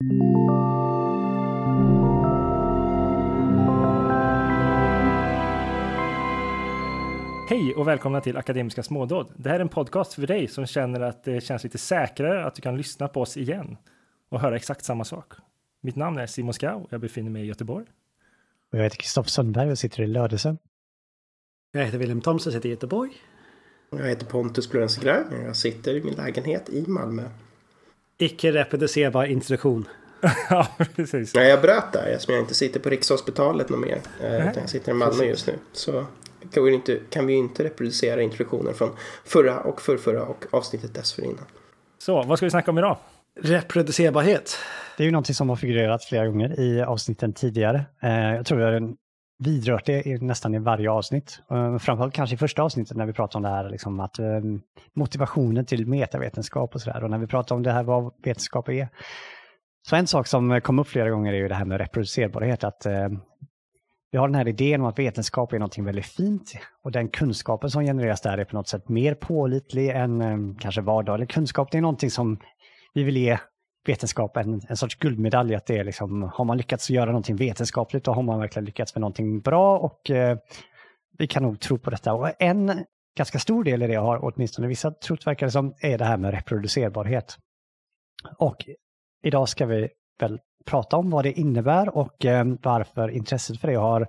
Hej och välkomna till Akademiska smådåd. Det här är en podcast för dig som känner att det känns lite säkrare att du kan lyssna på oss igen och höra exakt samma sak. Mitt namn är Simon Skau och jag befinner mig i Göteborg. Och jag heter Kristoffer Sundberg och sitter i Lödöse. Jag heter Wilhelm Thomsen och sitter i Göteborg. Jag heter Pontus Blönsgren och jag sitter i min lägenhet i Malmö. Icke reproducerbar introduktion. Ja, precis. Nej, jag bröt där eftersom jag inte sitter på Rikshospitalet någon mer. Utan jag sitter i Malmö just nu. Så kan vi inte reproducera introduktionen från förra och förrförra och avsnittet dessförinnan. Så, vad ska vi snacka om idag? Reproducerbarhet. Det är ju någonting som har figurerat flera gånger i avsnitten tidigare. Jag tror jag har vidrört det nästan i varje avsnitt. Framförallt kanske i första avsnittet när vi pratar om det här liksom att motivationen till metavetenskap och sådär. Och när vi pratar om det här vad vetenskap är. Så en sak som kom upp flera gånger är ju det här med reproducerbarhet. Att vi har den här idén om att vetenskap är någonting väldigt fint. Och den kunskapen som genereras där är på något sätt mer pålitlig än kanske vardaglig kunskap. Det är någonting som vi vill ge vetenskap en sorts guldmedalj. Att det är liksom, har man lyckats göra någonting vetenskapligt då har man verkligen lyckats med någonting bra. Och vi kan nog tro på detta. Och en ganska stor del i det har åtminstone vissa trott verkar det som är det här med reproducerbarhet. Och idag ska vi väl prata om vad det innebär och varför intresset för det har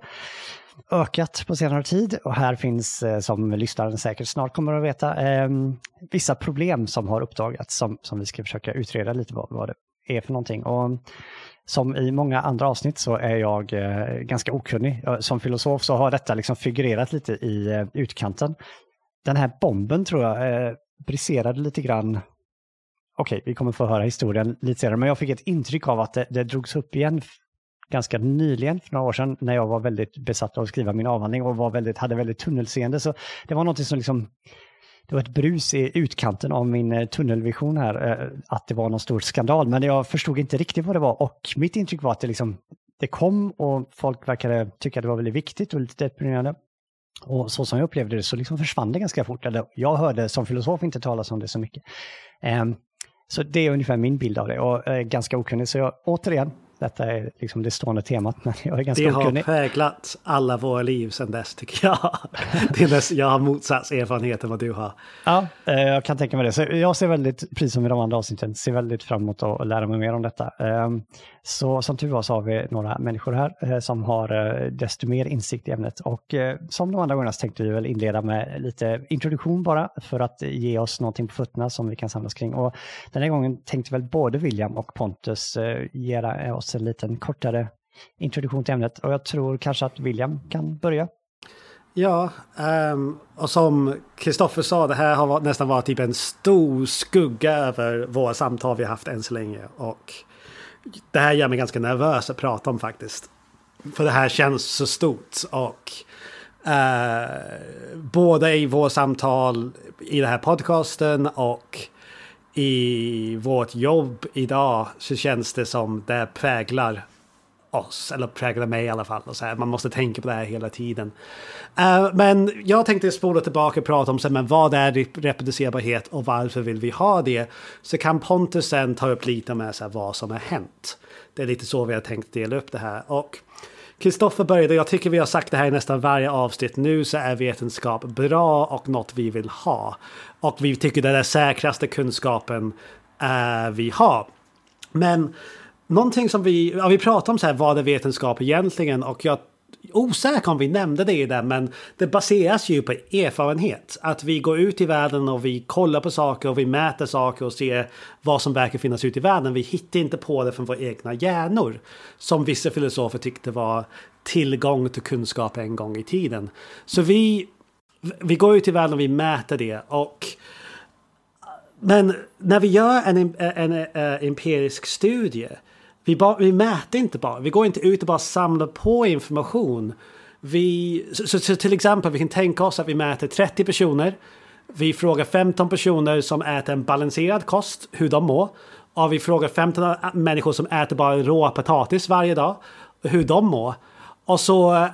ökat på senare tid. Och här finns, som lyssnaren säkert snart kommer att veta, vissa problem som har uppdagats som vi ska försöka utreda lite vad det är för någonting. Och som i många andra avsnitt så är jag ganska okunnig. Som filosof så har detta liksom figurerat lite i utkanten. Den här bomben tror jag briserade lite grann. Okej, vi kommer få höra historien lite senare. Men jag fick ett intryck av att det drogs upp igen ganska nyligen för några år sedan när jag var väldigt besatt av att skriva min avhandling och hade väldigt tunnelseende. Så det var något som liksom, det var ett brus i utkanten av min tunnelvision här, att det var någon stor skandal. Men jag förstod inte riktigt vad det var och mitt intryck var att det kom och folk verkade tycka det var väldigt viktigt och lite deprimerande. Och så som jag upplevde det så liksom försvann det ganska fort. Eller jag hörde som filosof inte talas om det så mycket. Så det är ungefär min bild av det och ganska okunnig. Så återigen, detta är liksom det stående temat, men jag är ganska okunnig. Det har präglat alla våra liv sedan dess tycker jag. Jag har motsats erfarenhet än vad du har. Ja, jag kan tänka mig det. Så jag ser väldigt, precis som i de andra avsnitten, ser väldigt fram emot att lära mig mer om detta. Så som tur var så har vi några människor här som har desto mer insikt i ämnet. Och som de andra gångerna så tänkte vi väl inleda med lite introduktion bara för att ge oss någonting på fötterna som vi kan samlas kring. Och den här gången tänkte väl både William och Pontus ge oss en liten kortare introduktion till ämnet. Och jag tror kanske att William kan börja. Ja, och som Kristoffer sa, det här har nästan varit typ en stor skugga över våra samtal vi har haft än så länge. Och det här gör mig ganska nervös att prata om faktiskt. För det här känns så stort. Och både i våra samtal i den här podcasten och i vårt jobb idag så känns det som det präglar oss, eller präglar mig i alla fall. Och så här, man måste tänka på det här hela tiden. Men jag tänkte spola tillbaka och prata om så här, men vad är reproducerbarhet och varför vill vi ha det? Så kan Pontus sen ta upp lite med så här, vad som har hänt. Det är lite så vi har tänkt dela upp det här. Och Kristoffer började, jag tycker vi har sagt det här i nästan varje avsnitt. Nu så är vetenskap bra och något vi vill ha. Och vi tycker det är den säkraste kunskapen vi har. Men någonting som vi pratar om så här, vad är vetenskap egentligen? Och jag är osäker om vi nämnde det i det, men det baseras ju på erfarenhet. Att vi går ut i världen och vi kollar på saker och vi mäter saker och ser vad som verkar finnas ute i världen. Vi hittar inte på det från våra egna hjärnor. Som vissa filosofer tyckte var tillgång till kunskap en gång i tiden. Så vi går ut i världen och vi mäter det. Men när vi gör en empirisk studie, vi mäter inte bara. Vi går inte ut och bara samlar på information. Så till exempel, vi kan tänka oss att vi mäter 30 personer. Vi frågar 15 personer som äter en balanserad kost, hur de mår. Och vi frågar 15 människor som äter bara rå potatis varje dag, hur de mår. Och så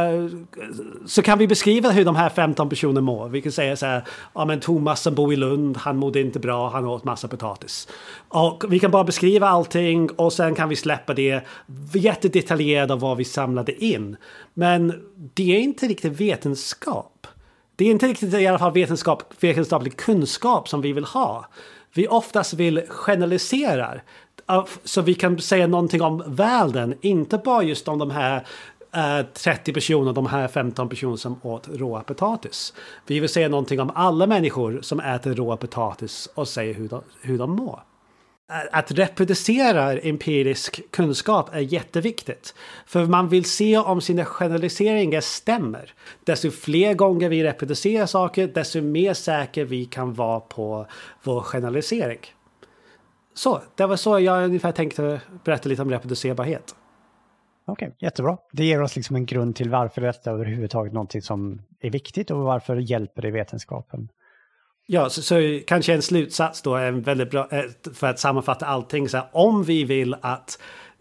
kan vi beskriva hur de här 15 personerna mår. Vi kan säga så här, ja men Thomas som bor i Lund, han mådde inte bra, han åt massa potatis. Och vi kan bara beskriva allting och sen kan vi släppa det jättedetaljerat av vad vi samlade in. Men det är inte riktigt vetenskap. Det är inte riktigt i alla fall vetenskaplig kunskap som vi vill ha. Vi oftast vill generalisera. Så vi kan säga någonting om världen, inte bara just om de här 30 personer, de här 15 personer som åt råa potatis. Vi vill säga någonting om alla människor som äter råa potatis och säga hur de mår. Att reproducera empirisk kunskap är jätteviktigt. För man vill se om sina generaliseringar stämmer. Desto fler gånger vi reproducerar saker, desto mer säker vi kan vara på vår generalisering. Så, det var så jag ungefär tänkte berätta lite om reproducerbarhet. Okej, jättebra. Det ger oss liksom en grund till varför detta överhuvudtaget är någonting som är viktigt och varför hjälper det i vetenskapen. Ja, så kanske en slutsats då är väldigt bra för att sammanfatta allting. Så här, om vi vill att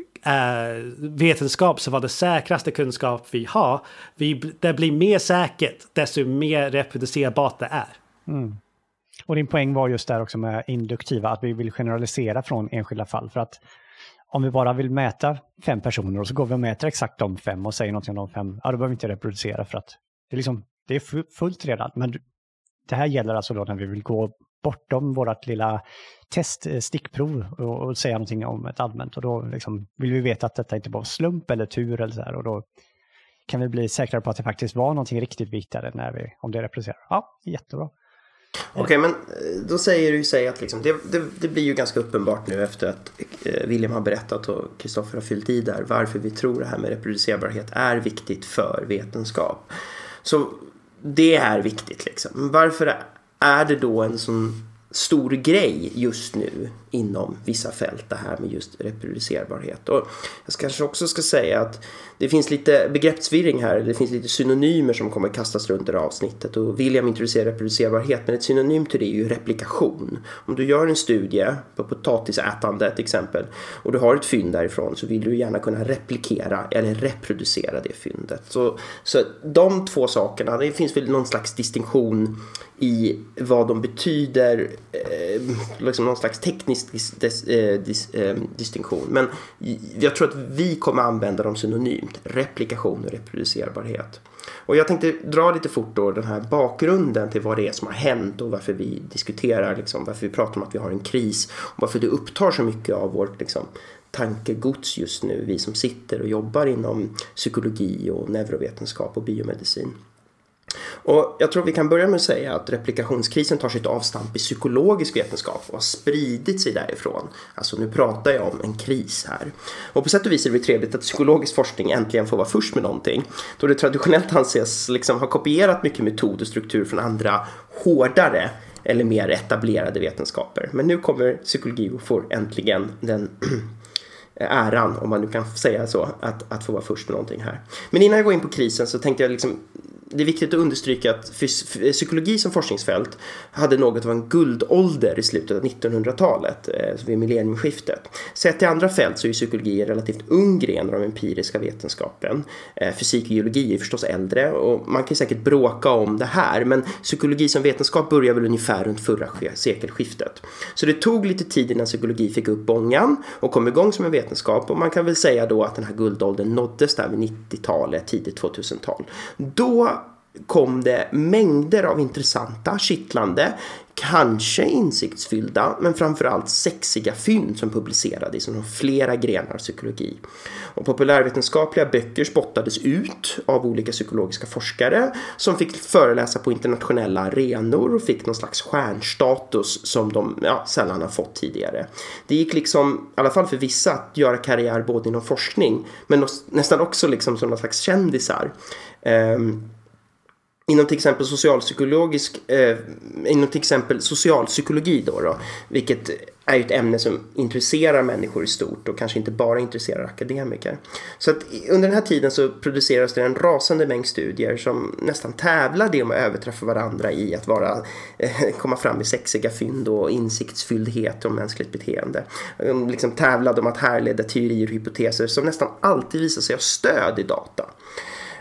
vetenskap så var det säkraste kunskap vi har, det blir mer säkert desto mer reproducerbart det är. Mm. Och din poäng var just där också med induktiva, att vi vill generalisera från enskilda fall. För att om vi bara vill mäta 5 personer och så går vi och mäter exakt de 5 och säger någonting om de 5, ja då behöver vi inte reproducera för att det är fullt redan. Men det här gäller alltså då när vi vill gå bortom vårt lilla stickprov och säga någonting om ett allmänt. Och då liksom vill vi veta att detta inte bara är slump eller tur eller så här. Och då kan vi bli säkra på att det faktiskt var någonting riktigt viktigare om det reproducerar. Ja, jättebra. Okej, men då säger du sig att liksom, det blir ju ganska uppenbart nu efter att William har berättat och Kristoffer har fyllt i där varför vi tror det här med reproducerbarhet är viktigt för vetenskap. Så det är viktigt liksom. Varför är det då en sån stor grej just nu inom vissa fält, det här med just reproducerbarhet? Och jag kanske också ska säga att det finns lite begreppsvirring här, det finns lite synonymer som kommer kastas runt i det avsnittet, och William introducerar reproducerbarhet, men ett synonym till det är ju replikation. Om du gör en studie på potatisätande till exempel och du har ett fynd därifrån, så vill du gärna kunna replikera eller reproducera det fyndet. Så de två sakerna, det finns väl någon slags distinktion i vad de betyder, liksom någon slags teknisk distinktion. Men jag tror att vi kommer använda dem synonymt, replikation och reproducerbarhet. Och jag tänkte dra lite fort då den här bakgrunden till vad det är som har hänt och varför vi diskuterar, liksom, varför vi pratar om att vi har en kris och varför det upptar så mycket av vårt liksom, tankegods just nu, vi som sitter och jobbar inom psykologi och neurovetenskap och biomedicin. Och jag tror vi kan börja med att säga att replikationskrisen tar sitt avstamp i psykologisk vetenskap och har spridit sig därifrån. Alltså nu pratar jag om en kris här. Och på sätt och vis är det trevligt att psykologisk forskning äntligen får vara först med någonting, då det traditionellt anses liksom ha kopierat mycket metod och struktur från andra hårdare eller mer etablerade vetenskaper. Men nu kommer psykologi och får äntligen den äran, om man nu kan säga så, att få vara först med någonting här. Men innan jag går in på krisen så tänkte jag liksom, det är viktigt att understryka att psykologi som forskningsfält hade något av en guldålder i slutet av 1900-talet, vid millennieskiftet. Sett till andra fält så är psykologi en relativt ung gren av den empiriska vetenskapen. Fysik och geologi är förstås äldre och man kan säkert bråka om det här, men psykologi som vetenskap börjar väl ungefär runt förra sekelskiftet. Så det tog lite tid innan psykologi fick upp bångan och kom igång som en vetenskap, och man kan väl säga då att den här guldåldern nåddes där vid 90-talet, tidigt 2000-tal. Då kom det mängder av intressanta, kittlande, kanske insiktsfyllda, men framförallt sexiga fynd som publicerades inom flera grenar av psykologi. Och populärvetenskapliga böcker spottades ut av olika psykologiska forskare som fick föreläsa på internationella arenor och fick någon slags stjärnstatus som de sällan har fått tidigare. Det gick liksom, i alla fall för vissa, att göra karriär både inom forskning men nästan också liksom som någon slags kändisar. Inom till exempel socialpsykologi då, vilket är ett ämne som intresserar människor i stort och kanske inte bara intresserar akademiker. Så att under den här tiden så produceras det en rasande mängd studier som nästan tävlade om att överträffa varandra i att komma fram med sexiga fynd och insiktsfylldhet om mänskligt beteende. Liksom tävlade om att härleda teorier och hypoteser som nästan alltid visar sig ha stöd i data.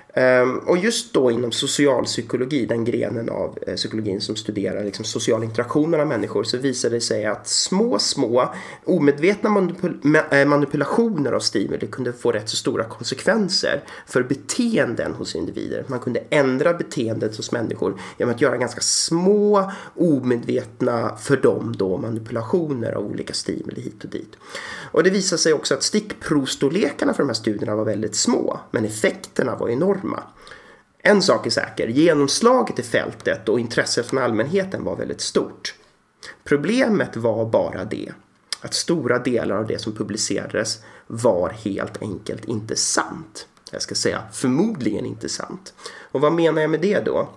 Och just då inom socialpsykologi, den grenen av psykologin som studerar liksom social interaktion mellan människor, så visar det sig att små omedvetna manipulationer av stimuli kunde få rätt så stora konsekvenser för beteenden hos individer. Man kunde ändra beteendet hos människor genom att göra ganska små omedvetna för dem då manipulationer av olika stimuli hit och dit. Och det visar sig också att stickprovstorlekarna för de här studierna var väldigt små, men effekterna var enorma. En sak är säker, genomslaget i fältet och intresset från allmänheten var väldigt stort. Problemet var bara det, att stora delar av det som publicerades var helt enkelt inte sant. Jag ska säga förmodligen inte sant. Och vad menar jag med det då?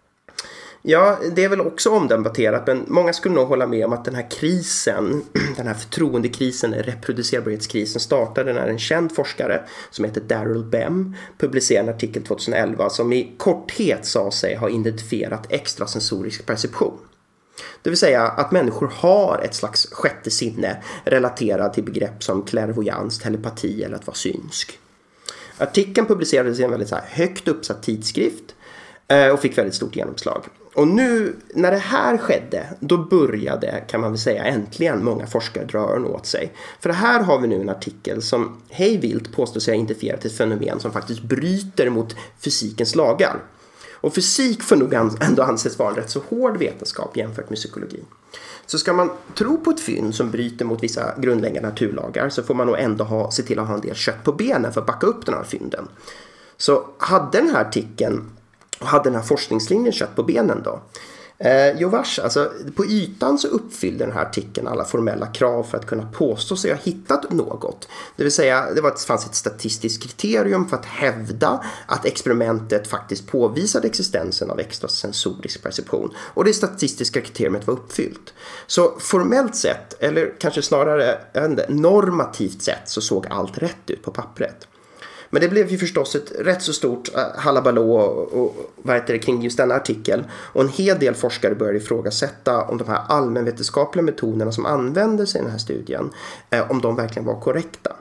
Ja, det är väl också omdebatterat, men många skulle nog hålla med om att den här krisen, den här förtroendekrisen, reproducerbarhetskrisen, startade när en känd forskare som heter Daryl Bem publicerade en artikel 2011 som i korthet sa sig ha identifierat extrasensorisk perception. Det vill säga att människor har ett slags sjätte sinne relaterat till begrepp som klärvoajans, telepati eller att vara synsk. Artikeln publicerades i en väldigt högt uppsatt tidskrift och fick väldigt stort genomslag. Och nu när det här skedde, då började, kan man väl säga, äntligen många forskare dra öronen åt sig. För här har vi nu en artikel som hejvilt påstår sig ha identifierat ett fenomen som faktiskt bryter mot fysikens lagar. Och fysik får nog ändå anses vara en rätt så hård vetenskap jämfört med psykologi. Så ska man tro på ett fynd som bryter mot vissa grundläggande naturlagar, så får man nog ändå se till att ha en del kött på benen för att backa upp den här fynden. Så hade den här artikeln och hade den här forskningslinjen kött på benen då? Jo vars, alltså på ytan så uppfyllde den här artikeln alla formella krav för att kunna påstå sig ha hittat något. Det vill säga, fanns ett statistiskt kriterium för att hävda att experimentet faktiskt påvisade existensen av extrasensorisk perception. Och det statistiska kriteriet var uppfyllt. Så formellt sett, eller kanske snarare normativt sett, så såg allt rätt ut på pappret. Men det blev ju förstås ett rätt så stort halabalå kring just denna artikel. Och en hel del forskare började ifrågasätta om de här allmänvetenskapliga metoderna som användes i den här studien, om de verkligen var korrekta.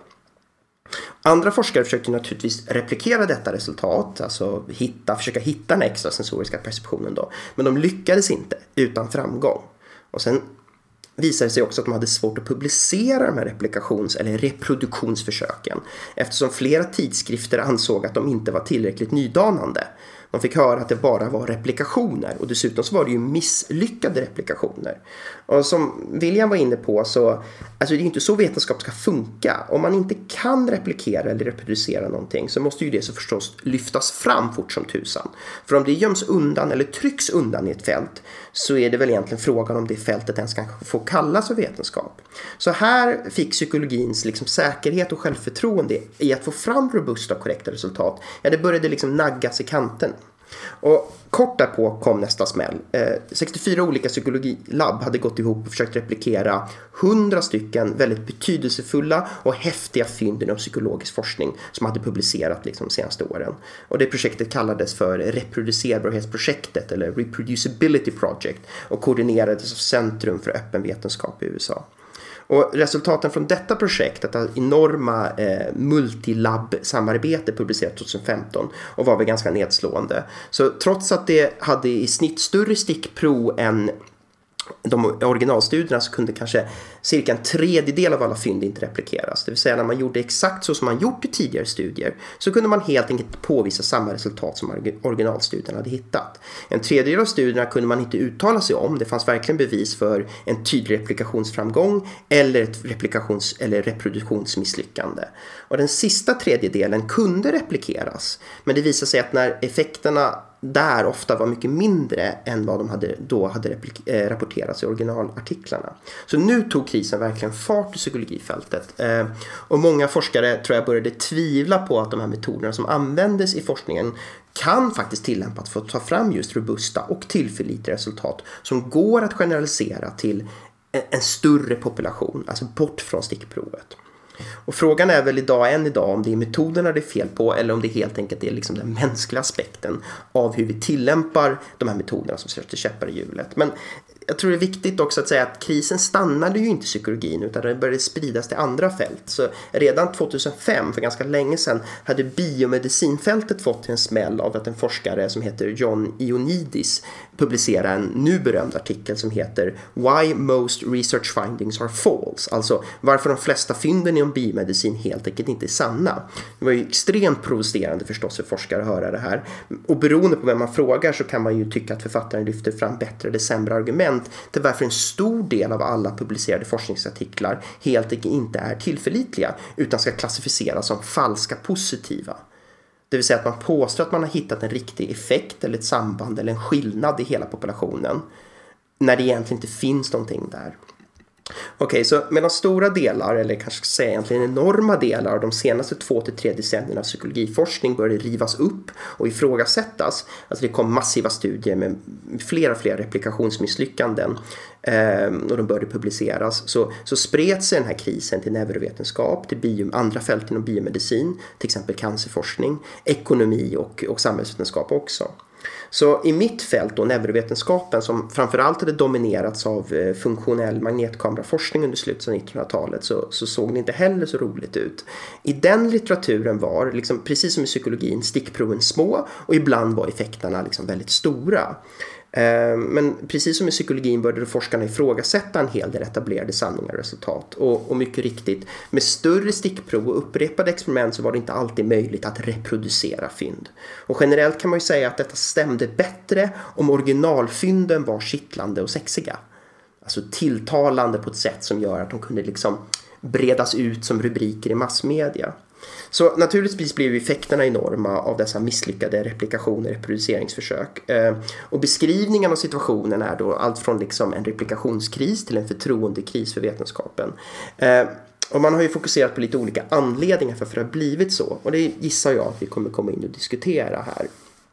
Andra forskare försökte naturligtvis replikera detta resultat, alltså försöka hitta den extrasensoriska perceptionen då. Men de lyckades inte, utan framgång. Och sen visade sig också att de hade svårt att publicera de här eller reproduktionsförsöken, eftersom flera tidskrifter ansåg att de inte var tillräckligt nydanande. De fick höra att det bara var replikationer, och dessutom så var det ju misslyckade replikationer. Och som William var inne på, så alltså det är ju inte så vetenskap ska funka. Om man inte kan replikera eller reproducera någonting, så måste ju det så förstås lyftas fram fort som tusan. För om det göms undan eller trycks undan i ett fält, så är det väl egentligen frågan om det fältet ens kan få kallas för vetenskap. Så här fick psykologins säkerhet och självförtroende i att få fram robusta och korrekta resultat, det började naggas i kanten. Och kort därpå kom nästa smäll. 64 olika psykologilabb hade gått ihop och försökt replikera 100 stycken väldigt betydelsefulla och häftiga fynd inom psykologisk forskning som hade publicerat de senaste åren. Och det projektet kallades för reproducerbarhetsprojektet eller Reproducibility Project och koordinerades av Centrum för öppen vetenskap i USA. Och resultaten från detta projekt, detta enorma multilab-samarbete, publicerades 2015 och var väl ganska nedslående. Så trots att det hade i snitt större stickprov än de originalstudierna, så kunde kanske cirka en tredjedel av alla fynd inte replikeras. Det vill säga när man gjorde exakt så som man gjort i tidigare studier, så kunde man helt enkelt påvisa samma resultat som originalstudierna hade hittat. En tredjedel av studierna kunde man inte uttala sig om. Det fanns verkligen bevis för en tydlig replikationsframgång eller ett reproduktionsmisslyckande. Och den sista tredjedelen kunde replikeras, men det visade sig att när effekterna där ofta var mycket mindre än vad de hade rapporterats i originalartiklarna. Så nu tog krisen verkligen fart i psykologifältet. Och många forskare tror jag började tvivla på att de här metoderna som användes i forskningen kan faktiskt tillämpas för att ta fram just robusta och tillförlitliga resultat som går att generalisera till en större population, alltså bort från stickprovet. Och frågan är väl än idag om det är metoderna det är fel på, eller om det helt enkelt är den mänskliga aspekten av hur vi tillämpar de här metoderna som sätter käppar i hjulet. Men jag tror det är viktigt också att säga att krisen stannade ju inte i psykologin utan den började spridas till andra fält. Så redan 2005, för ganska länge sedan, hade biomedicinfältet fått en smäll av att en forskare som heter John Ioannidis publicerade en nu berömd artikel som heter Why Most Research Findings Are False. Alltså varför de flesta fynden inom biomedicin helt enkelt inte är sanna. Det var ju extremt provocerande förstås för forskare att höra det här. Och beroende på vem man frågar så kan man ju tycka att författaren lyfter fram bättre eller sämre argument till varför en stor del av alla publicerade forskningsartiklar helt enkelt inte är tillförlitliga utan ska klassificeras som falska positiva. Det vill säga att man påstår att man har hittat en riktig effekt eller ett samband eller en skillnad i hela populationen när det egentligen inte finns någonting där. Okej, så medan stora delar, eller kanske säga egentligen enorma delar av de senaste 2-3 decennierna av psykologiforskning började rivas upp och ifrågasättas. Alltså det kom massiva studier med flera replikationsmisslyckanden och de började publiceras. Så spred sig den här krisen till neurovetenskap, till andra fält inom biomedicin, till exempel cancerforskning, ekonomi och samhällsvetenskap också. Så i mitt fält då, neurovetenskapen, som framförallt hade dominerats av funktionell magnetkameraforskning under slutet av 1900-talet, så såg det inte heller så roligt ut. I den litteraturen var, liksom, precis som i psykologin, stickproven små och ibland var effekterna liksom väldigt stora. Men precis som i psykologin började forskarna ifrågasätta en hel del etablerade sanningar och resultat. Och mycket riktigt, med större stickprov och upprepade experiment så var det inte alltid möjligt att reproducera fynd. Och generellt kan man ju säga att detta stämde bättre om originalfynden var kittlande och sexiga. Alltså tilltalande på ett sätt som gör att de kunde liksom bredas ut som rubriker i massmedia. Så naturligtvis blir effekterna enorma av dessa misslyckade replikationer, reproduceringsförsök. Och beskrivningen av situationen är då allt från liksom en replikationskris till en förtroendekris för vetenskapen. Och man har ju fokuserat på lite olika anledningar för att det har blivit så. Och det gissar jag att vi kommer komma in och diskutera här.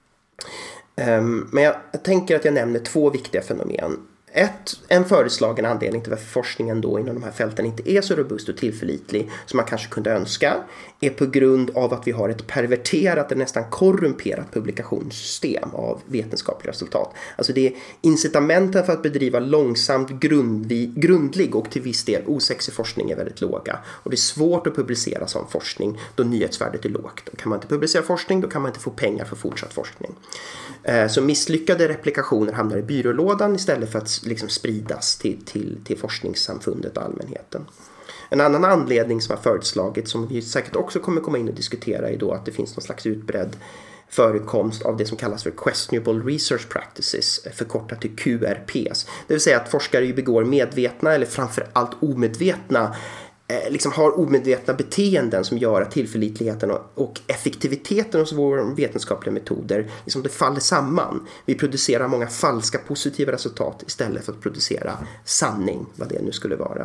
Men jag tänker att jag nämner 2 viktiga fenomen. En föreslagen anledning till varför forskningen då inom de här fälten inte är så robust och tillförlitlig som man kanske kunde önska är på grund av att vi har ett perverterat eller nästan korrumperat publikationssystem av vetenskapliga resultat. Alltså det är incitamenten för att bedriva långsamt grundlig och till viss del osexig forskning är väldigt låga. Och det är svårt att publicera sån forskning då nyhetsvärdet är lågt. Och kan man inte publicera forskning då kan man inte få pengar för fortsatt forskning. Så misslyckade replikationer hamnar i byrålådan istället för att liksom spridas till forskningssamfundet och allmänheten. En annan anledning som har föreslagits som vi säkert också kommer komma in och diskutera är då att det finns någon slags utbredd förekomst av det som kallas för questionable research practices, förkortat till QRPs. Det vill säga att forskare begår medvetna eller framförallt omedvetna liksom har omedvetna beteenden som gör att tillförlitligheten och effektiviteten hos våra vetenskapliga metoder liksom det faller samman. Vi producerar många falska positiva resultat istället för att producera sanning, vad det nu skulle vara.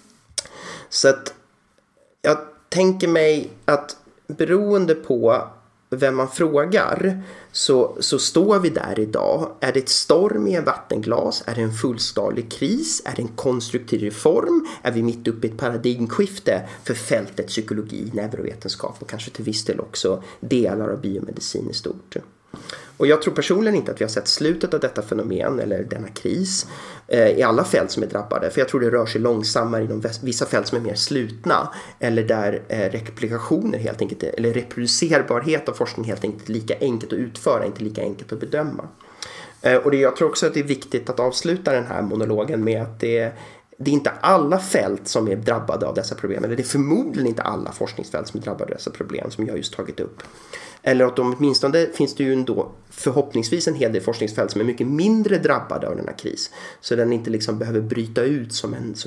Så att jag tänker mig att beroende på vem man frågar så står vi där idag. Är det ett storm i en vattenglas? Är det en fullskalig kris? Är det en konstruktiv reform? Är vi mitt uppe i ett paradigmskifte för fältet psykologi, neurovetenskap och kanske till viss del också delar av biomedicin i stort? Och jag tror personligen inte att vi har sett slutet av detta fenomen eller denna kris i alla fält som är drabbade. För jag tror det rör sig långsammare inom vissa fält som är mer slutna eller där replikationer helt enkelt, eller reproducerbarhet av forskning helt enkelt är lika enkelt att utföra, inte lika enkelt att bedöma. Och jag tror också att det är viktigt att avsluta den här monologen med att det är inte alla fält som är drabbade av dessa problem, eller det är förmodligen inte alla forskningsfält som är drabbade av dessa problem som jag just tagit upp. Eller att åtminstone finns det ju ändå förhoppningsvis en hel del forskningsfält som är mycket mindre drabbade av den här kris. Så den inte liksom behöver bryta ut som ett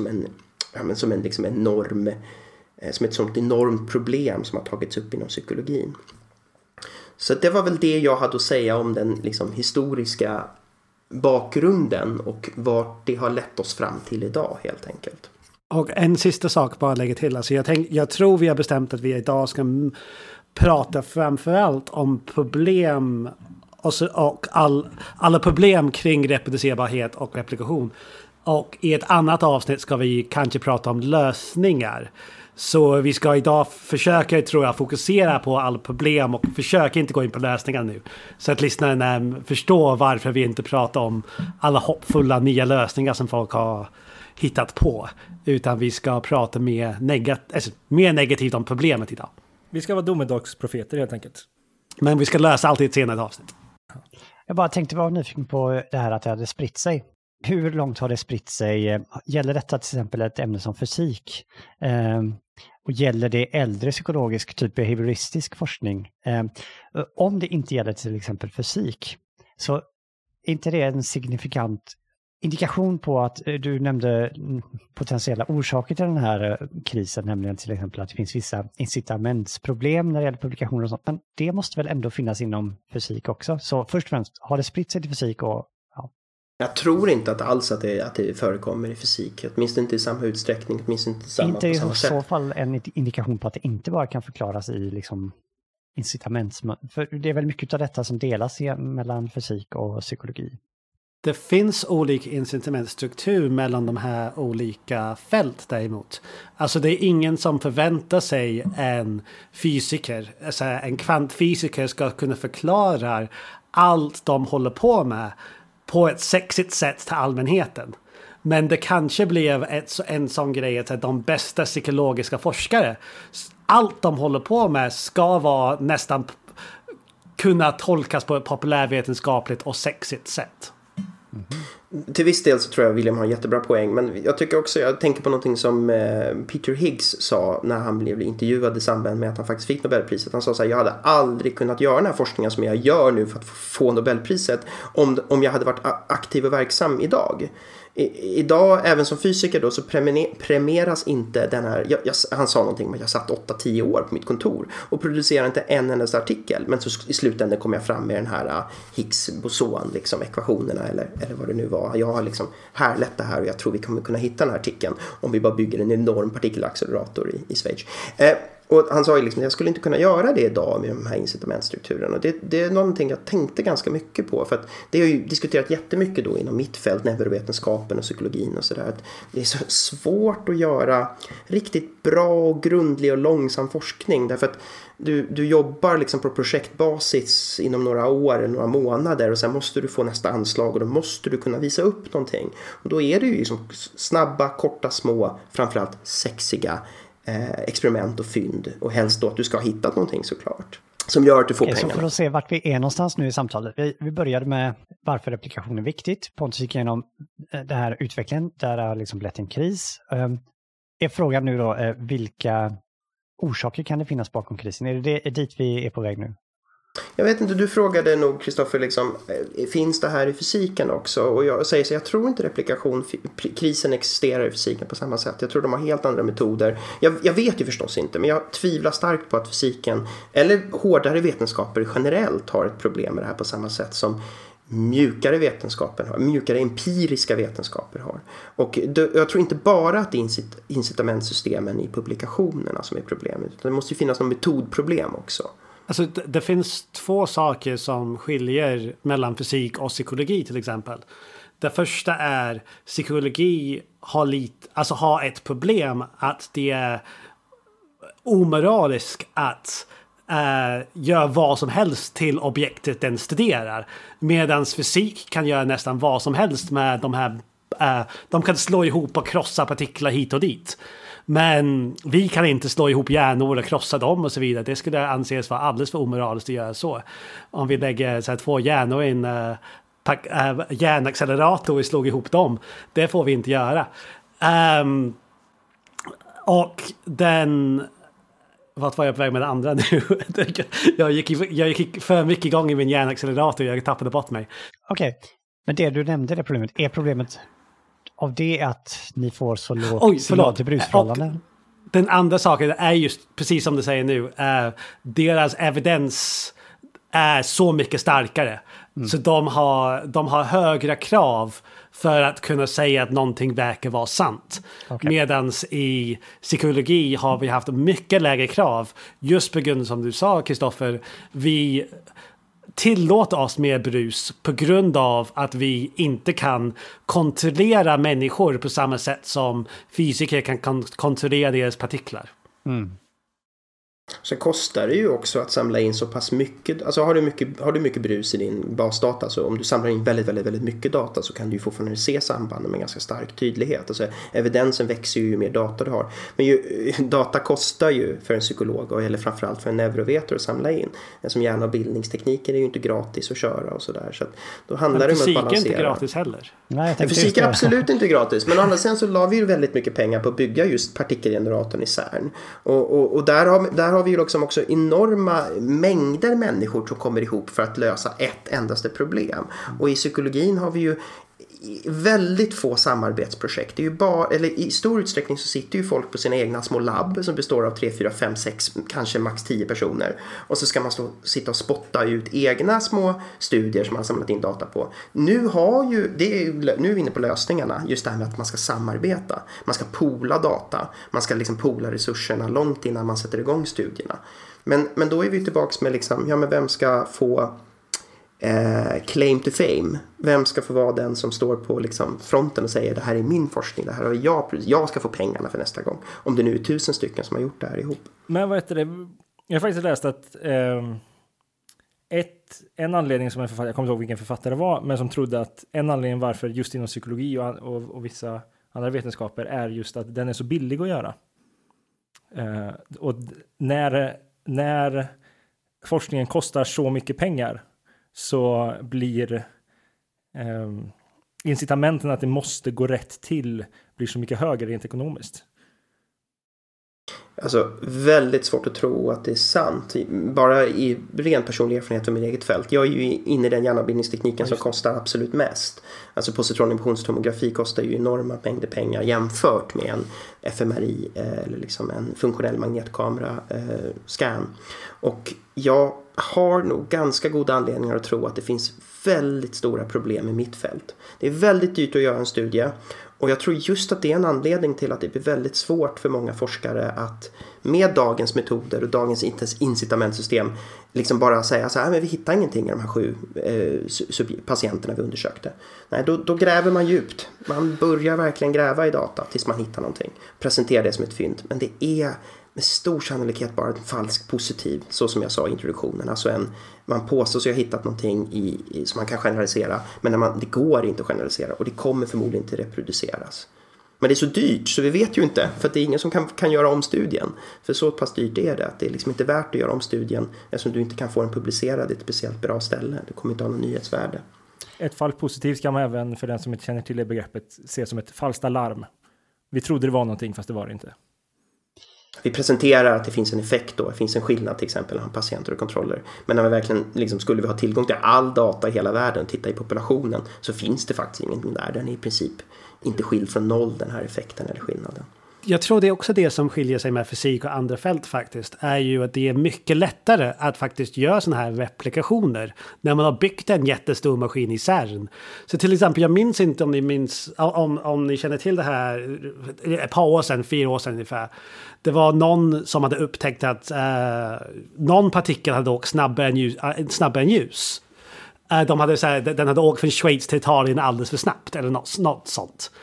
sånt enormt problem som har tagits upp inom psykologin. Så det var väl det jag hade att säga om den liksom historiska bakgrunden och vart det har lett oss fram till idag helt enkelt. Och en sista sak bara lägga till. Alltså jag tror vi har bestämt att vi idag ska prata framförallt om problem och alla problem kring reproducerbarhet och replikation. Och i ett annat avsnitt ska vi kanske prata om lösningar. Så vi ska idag försöka, tror jag, fokusera på alla problem och försöka inte gå in på lösningar nu. Så att lyssnaren förstår varför vi inte pratar om alla hoppfulla nya lösningar som folk har hittat på. Utan vi ska prata mer negativt om problemet idag. Vi ska vara domedagsprofeter helt enkelt. Men vi ska lösa allt i ett senare avsnitt. Jag bara tänkte vara nyfiken på det här att det hade spritt sig. Hur långt har det spritt sig? Gäller detta till exempel ett ämne som fysik? Och gäller det äldre psykologisk, typ behavioristisk forskning? Om det inte gäller till exempel fysik, så är inte det en signifikant indikation på att du nämnde potentiella orsaker till den här krisen, nämligen till exempel att det finns vissa incitamentsproblem när det gäller publikationer och sånt. Men det måste väl ändå finnas inom fysik också? Så först och främst, har det spritt sig till fysik? Och jag tror inte att alls att det förekommer i fysik. Åtminstone inte i samma utsträckning. Åtminstone inte på samma sätt. I så fall en indikation på att det inte bara kan förklaras i liksom incitaments... För det är väl mycket av detta som delas mellan fysik och psykologi. Det finns olika incitamentstruktur mellan de här olika fält däremot. Alltså det är ingen som förväntar sig en fysiker, alltså en kvantfysiker ska kunna förklara allt de håller på med på ett sexigt sätt till allmänheten. Men det kanske blev en sån grej att de bästa psykologiska forskare, allt de håller på med ska vara nästan kunna tolkas på ett populärvetenskapligt och sexigt sätt. Mm-hmm. Till viss del så tror jag William har en jättebra poäng, men jag tycker också, jag tänker på någonting som Peter Higgs sa när han blev intervjuad i samband med att han faktiskt fick Nobelpriset. Han sa så här: jag hade aldrig kunnat göra den här forskningen som jag gör nu för att få Nobelpriset om jag hade varit aktiv och verksam idag. Idag, även som fysiker då, så premieras inte den här... han sa någonting om att jag satt 8-10 år på mitt kontor och producerade inte en enda artikel. Men så i slutändan kom jag fram med den här Higgs-boson, liksom ekvationerna eller vad det nu var. Jag har liksom härlett det här och jag tror vi kommer kunna hitta den här artikeln om vi bara bygger en enorm partikelaccelerator i Schweiz. Och han sa ju liksom att jag skulle inte kunna göra det idag med de här incitamentstrukturerna. Det är någonting jag tänkte ganska mycket på. För att det har ju diskuterat jättemycket då inom mitt fält, neurovetenskapen och psykologin och sådär. Det är så svårt att göra riktigt bra och grundlig och långsam forskning. Därför att du jobbar liksom på projektbasis inom några år eller några månader och sen måste du få nästa anslag och då måste du kunna visa upp någonting. Och då är det ju liksom snabba, korta, små, framförallt sexiga experiment och fynd, och helst då att du ska ha hittat någonting såklart som gör att du får pengar. Så för att se vart vi är någonstans nu i samtalet. Vi började med varför replikation är viktigt. Pontus gick igenom den här utvecklingen där det har liksom blivit en kris. Är frågan nu då, vilka orsaker kan det finnas bakom krisen? Är det dit vi är på väg nu? Jag vet inte, du frågade nog Kristoffer liksom, finns det här i fysiken också? Och jag säger så, jag tror inte krisen existerar i fysiken på samma sätt. Jag tror de har helt andra metoder. Jag vet ju förstås inte, men jag tvivlar starkt på att fysiken eller hårdare vetenskaper generellt har ett problem med det här på samma sätt som mjukare vetenskaper har, mjukare empiriska vetenskaper har. Och jag tror inte bara att det är incitamentsystemen i publikationerna som är problemet, utan det måste ju finnas någon metodproblem också. Alltså, det finns två saker som skiljer mellan fysik och psykologi till exempel. Det första är psykologi har ett problem att det är omoraliskt att göra vad som helst till objektet den studerar. Medan fysik kan göra nästan vad som helst med de här. De kan slå ihop och krossa partiklar hit och dit. Men vi kan inte slå ihop hjärnor och krossa dem och så vidare. Det skulle anses vara alldeles för omoraliskt att göra så. Om vi lägger så här 2 hjärnor i en hjärnaccelerator och slog ihop dem. Det får vi inte göra. Och den... Vart var jag på väg med det andra nu? jag gick för mycket igång i min hjärnaccelerator och jag tappade bort mig. Okej, men det du nämnde, det problemet, är problemet av det att ni får så lågt till brusförhållanden? Den andra saken är just, precis som du säger nu, deras evidens är så mycket starkare. Så de har högre krav för att kunna säga att någonting verkar vara sant. Okay. Medans i psykologi har vi haft mycket lägre krav. Just på grund, som du sa, Kristoffer, vi tillåter oss mer brus på grund av att vi inte kan kontrollera människor på samma sätt som fysiker kan kontrollera deras partiklar. Så kostar det ju också att samla in så pass mycket. Alltså har du mycket brus i din basdata, så om du samlar in väldigt, väldigt, väldigt mycket data, så kan du ju fortfarande se sambanden med ganska stark tydlighet. Alltså evidensen växer ju mer data du har. Men data kostar ju för en psykolog, eller framförallt för en neurovetare att samla in. Som hjärna- och bildningstekniker är ju inte gratis att köra och sådär. Så då handlar det om att balansera. Fysik är inte gratis heller. Nej, fysik är absolut inte gratis. Men å andra sidan så la vi ju väldigt mycket pengar på att bygga just partikelgeneratorn i CERN. Och där har vi ju liksom också enorma mängder människor som kommer ihop för att lösa ett endaste problem. Och i psykologin har vi ju väldigt få samarbetsprojekt. Det är ju eller i stor utsträckning så sitter ju folk på sina egna små labb som består av 3, 4, 5, 6, kanske max 10 personer. Och så ska man sitta och spotta ut egna små studier som man har samlat in data på. Nu är vi inne på lösningarna, just det här med att man ska samarbeta. Man ska poola data. Man ska liksom poola resurserna långt innan man sätter igång studierna. Men då är vi tillbaka med liksom, men vem ska få claim to fame? Vem ska få vara den som står på liksom fronten och säger det här är min forskning, det här har jag ska få pengarna för nästa gång. Om det nu är 1000 stycken som har gjort det här ihop. Men vad heter det? Jag har faktiskt läst att en anledning som en författare, jag kommer inte ihåg vilken författare det var, men som trodde att en anledning varför just inom psykologi och vissa andra vetenskaper är just att den är så billig att göra. Och när forskningen kostar så mycket pengar, så blir incitamenten att det måste gå rätt till blir så mycket högre rent ekonomiskt. Alltså väldigt svårt att tro att det är sant. Bara i ren personlig erfarenhet från mitt eget fält. Jag är ju inne i den hjärnbildningstekniken som kostar absolut mest. Alltså positronemissionstomografi kostar ju enorma mängder pengar jämfört med en fMRI eller liksom en funktionell magnetkamera scan. Och jag har nog ganska goda anledningar att tro att det finns väldigt stora problem i mitt fält. Det är väldigt dyrt att göra en studie. Och jag tror just att det är en anledning till att det blir väldigt svårt för många forskare att med dagens metoder och dagens incitamentsystem liksom bara säga så här, men vi hittar ingenting i de här 7 patienterna vi undersökte. Nej, då gräver man djupt. Man börjar verkligen gräva i data tills man hittar någonting. Presenterar det som ett fynd. Men det är med stor sannolikhet bara en falsk positiv, så som jag sa i introduktionen. Alltså man påstår sig ha hittat någonting som man kan generalisera, men det går inte att generalisera och det kommer förmodligen inte reproduceras. Men det är så dyrt så vi vet ju inte, för att det är ingen som kan göra om studien. För så pass dyrt är det att det är liksom inte värt att göra om studien eftersom du inte kan få den publicerad i ett speciellt bra ställe. Du kommer inte ha någon nyhetsvärde. Ett fall positivt kan man även, för den som inte känner till det begreppet, se som ett falskt alarm. Vi trodde det var någonting fast det var det inte. Vi presenterar att det finns en effekt då, det finns en skillnad till exempel mellan patienter och kontroller. Men när vi verkligen liksom, skulle vi ha tillgång till all data i hela världen och titta i populationen, så finns det faktiskt ingenting där. Den är i princip inte skild från noll, den här effekten eller skillnaden. Jag tror det är också det som skiljer sig med fysik och andra fält faktiskt, är ju att det är mycket lättare att faktiskt göra sådana här replikationer när man har byggt en jättestor maskin i CERN. Så till exempel, jag minns inte om ni känner till det här ett par år sedan, 4 år sedan ungefär. Det var någon som hade upptäckt att någon partikel hade åkt snabbare än ljus. Den hade åkt från Schweiz till Italien alldeles för snabbt eller något sånt.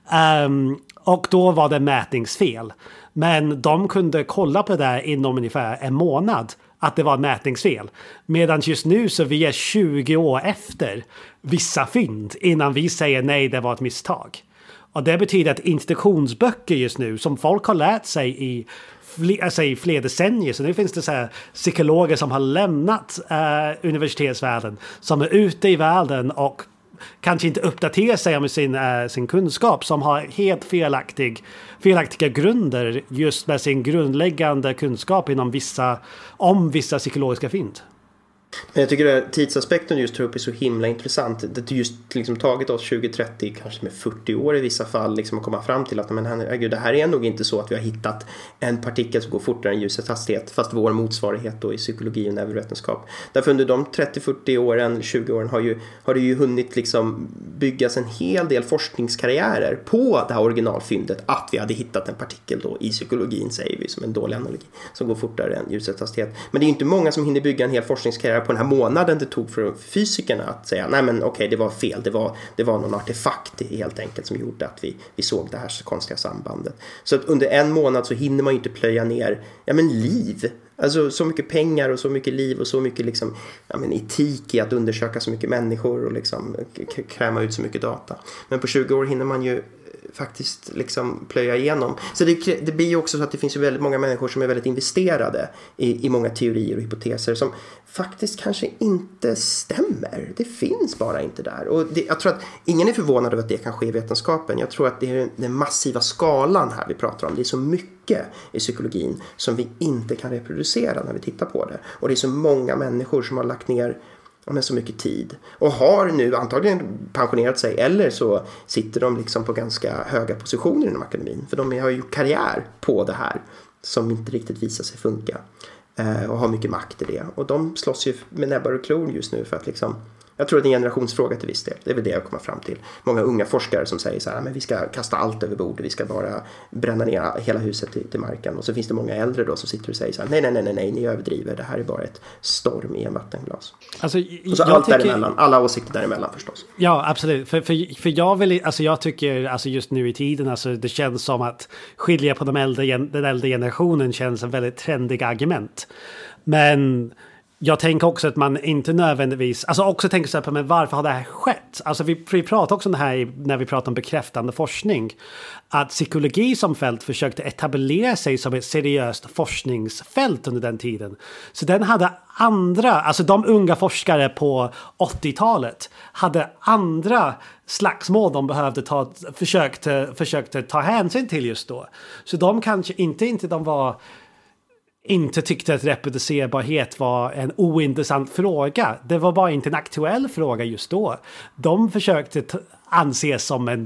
Och då var det mätningsfel. Men de kunde kolla på det där inom ungefär en månad att det var mätningsfel. Medan just nu så vi är 20 år efter vissa fynd innan vi säger nej, det var ett misstag. Och det betyder att institutionsböcker just nu som folk har lärt sig i fler decennier. Så nu finns det så här psykologer som har lämnat universitetsvärlden, som är ute i världen och kanske inte uppdaterar sig om sin kunskap, som har helt felaktiga grunder just med sin grundläggande kunskap om vissa psykologiska fynd. Men jag tycker att tidsaspekten just tror upp är så himla intressant. Det har just liksom tagit oss 20-30, kanske med 40 år i vissa fall liksom att komma fram till att det här är nog inte så att vi har hittat en partikel som går fortare än ljusets hastighet, fast vår motsvarighet då i psykologi och neurovetenskap. Därför under de 30-40 åren, 20 åren har det ju hunnit liksom byggas en hel del forskningskarriärer på det här originalfyndet att vi hade hittat en partikel då i psykologin, säger vi som en dålig analogi, som går fortare än ljusets hastighet. Men det är ju inte många som hinner bygga en hel forskningskarriär på den här månaden det tog för fysikerna att säga nej men okej, det var fel, det var någon artefakt helt enkelt som gjorde att vi såg det här så konstiga sambandet. Så att under en månad så hinner man ju inte plöja ner liv. Alltså så mycket pengar och så mycket liv och så mycket liksom, etik i att undersöka så mycket människor och liksom kräma ut så mycket data. Men på 20 år hinner man ju faktiskt liksom plöja igenom. Så det blir ju också så att det finns ju väldigt många människor som är väldigt investerade i många teorier och hypoteser som faktiskt kanske inte stämmer. Det finns bara inte där. Och jag tror att ingen är förvånad över att det kan ske i vetenskapen. Jag tror att det är den massiva skalan här vi pratar om. Det är så mycket i psykologin som vi inte kan reproducera när vi tittar på det. Och det är så många människor som har lagt ner så mycket tid och har nu antagligen pensionerat sig, eller så sitter de liksom på ganska höga positioner inom akademin, för de har ju karriär på det här som inte riktigt visar sig funka och har mycket makt i det, och de slåss ju med näbbar och klor just nu för att liksom, jag tror att det är en generationsfråga till viss del. Det är väl det jag kommer fram till. Många unga forskare som säger så här, men vi ska kasta allt över bord, vi ska bara bränna ner hela huset till marken. Och så finns det många äldre då som sitter och säger så här, nej, ni överdriver. Det här är bara ett storm i en vattenglas. Alltså, och så allt däremellan, alla åsikter däremellan förstås. Ja, absolut. För jag tycker just nu i tiden, det känns som att skilja på den äldre generationen känns en väldigt trendig argument. Men jag tänker också att man inte nödvändigtvis, också tänker så här på, men varför har det här skett? Vi pratar också om det här när vi pratar om bekräftande forskning, att psykologi som fält försökte etablera sig som ett seriöst forskningsfält under den tiden. Så den hade andra, de unga forskare på 80-talet hade andra slagsmål de behövde försökte ta hänsyn till just då. Så de kanske inte tyckte att reproducerbarhet var en ointressant fråga. Det var bara inte en aktuell fråga just då. De försökte anses som en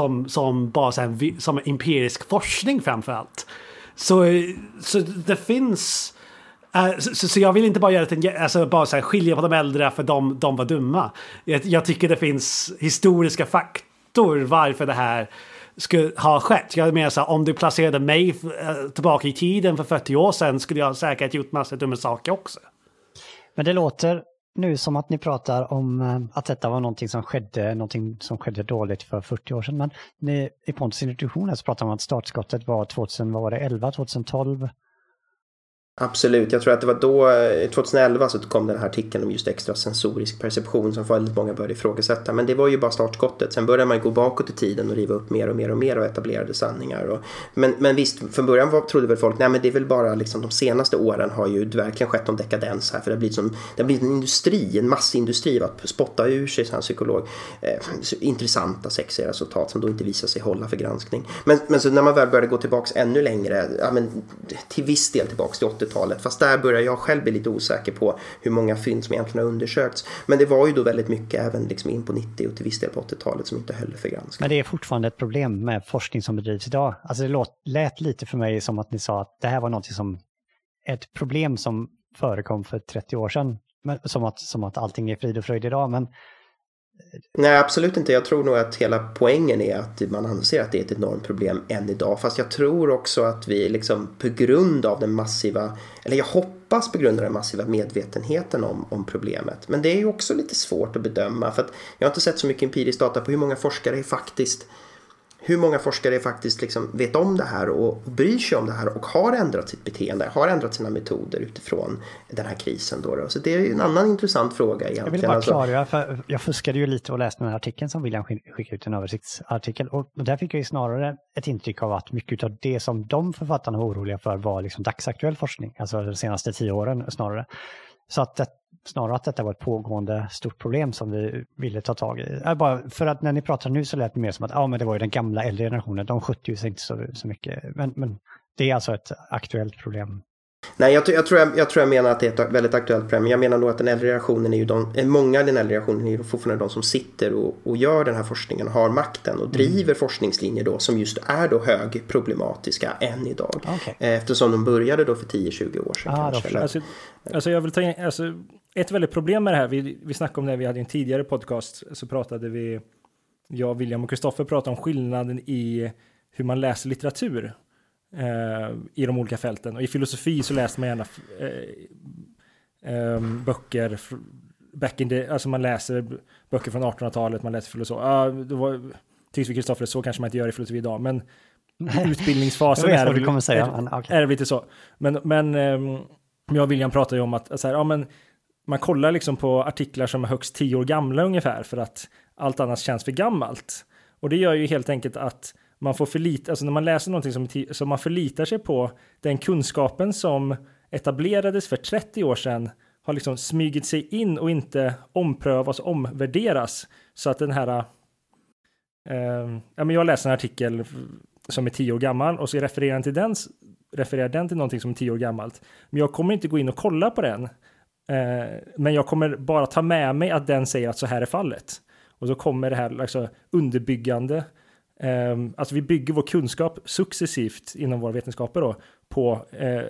empirisk forskning framförallt. Så det finns... Så jag vill inte bara göra det skilja på de äldre för de var dumma. Jag tycker det finns historiska faktorer varför det här skulle ha skett. Jag menar så här, om du placerade mig tillbaka i tiden för 40 år sedan skulle jag säkert gjort massa dumma saker också. Men det låter nu som att ni pratar om att detta var någonting som skedde dåligt för 40 år sedan. Men i Pontus introduktion så pratar man om att startskottet var 2011, 2012. Absolut, jag tror att det var då 2011 så kom den här artikeln om just extrasensorisk perception som väldigt många började ifrågasätta, men det var ju bara startskottet. Sen började man gå bakåt i tiden och riva upp mer och mer och mer och etablerade sanningar. Men visst, från början trodde väl folk, nej men det är väl bara liksom de senaste åren har ju verkligen skett en dekadens här, för det har blivit en industri, en massindustri av att spotta ur sig som psykolog intressanta sexiga resultat som då inte visar sig hålla för granskning. Men så när man väl började gå tillbaks ännu längre, till viss del tillbaks till 80-talet, fast där börjar jag själv bli lite osäker på hur många fynd som egentligen har undersökts. Men det var ju då väldigt mycket även liksom in på 90 och till viss del på 80-talet som inte höll för granskning. Men det är fortfarande ett problem med forskning som bedrivs idag. Det lät lite för mig som att ni sa att det här var något som ett problem som förekom för 30 år sedan. Men, som att allting är frid och fröjd idag, men nej, absolut inte. Jag tror nog att hela poängen är att man anser att det är ett enormt problem än idag. Fast jag tror också att vi liksom på grund av den massiva, eller jag hoppas på grund av den massiva medvetenheten om problemet. Men det är ju också lite svårt att bedöma, för att jag har inte sett så mycket empirisk data på hur många forskare faktiskt liksom vet om det här och bryr sig om det här och har ändrat sitt beteende, har ändrat sina metoder utifrån den här krisen då. Så det är ju en annan intressant fråga egentligen. Jag vill bara klargöra, för jag fuskade ju lite och läste den här artikeln som William skickade ut, en översiktsartikel, och där fick jag ju snarare ett intryck av att mycket av det som de författarna var oroliga för var liksom dagsaktuell forskning, alltså de senaste 10 åren snarare. Så att snarare att detta var ett pågående stort problem som vi ville ta tag i. Bara för att när ni pratar nu så lät det mer som att men det var ju den gamla äldre generationen, de skötte ju sig inte så mycket. Men det är alltså ett aktuellt problem. Nej, jag tror jag menar att det är ett väldigt aktuellt problem. Jag menar nog att den äldre generationen är ju många av den äldre generationen är ju fortfarande de som sitter och gör den här forskningen och har makten och driver forskningslinjer då som just är då högproblematiska än idag. Okay. Eftersom de började då för 10-20 år sedan kanske. Alltså jag vill ta in, ett väldigt problem med det här, vi snackade om det, vi hade en tidigare podcast, så pratade vi, jag, William och Kristoffer pratade om skillnaden i hur man läser litteratur i de olika fälten. Och i filosofi så läser man gärna böcker alltså man läser böcker från 1800-talet, man läser filosofi. Tycks vi Kristoffer, så kanske man inte gör i filosofi idag, men utbildningsfasen är det lite så. Men jag och William pratar ju om att så här, men man kollar liksom på artiklar som är högst 10 år gamla ungefär, för att allt annat känns för gammalt. Och det gör ju helt enkelt att man får alltså när man läser någonting som man förlitar sig på, den kunskapen som etablerades för 30 år sedan har liksom smygit sig in och inte omprövas, omvärderas. Så att den här jag läser en artikel som är 10 år gammal och så refererar den till någonting som är 10 år gammalt. Men jag kommer inte gå in och kolla på den. Men jag kommer bara ta med mig att den säger att så här är fallet. Och så kommer det här alltså underbyggande. Alltså vi bygger vår kunskap successivt inom våra vetenskaper då, på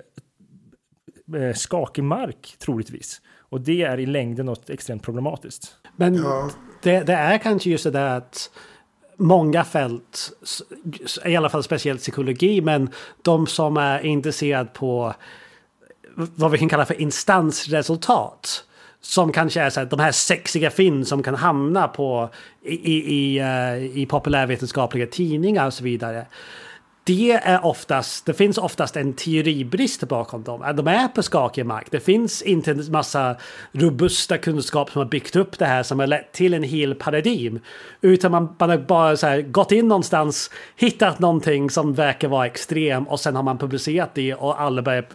skakig mark troligtvis. Och det är i längden något extremt problematiskt. Men det är kanske just det där att många fält, i alla fall speciellt psykologi, men de som är intresserade på vad vi kan kalla för instansresultat, som kanske är så här, de här sexiga fynd som kan hamna på i populärvetenskapliga tidningar och så vidare. Det finns oftast en teoribrist bakom dem. De är på skakig mark. Det finns inte en massa robusta kunskap som har byggt upp det här som har lett till en hel paradigm. Utan man har bara så här gått in någonstans, hittat någonting som verkar vara extrem och sen har man publicerat det och alla börjar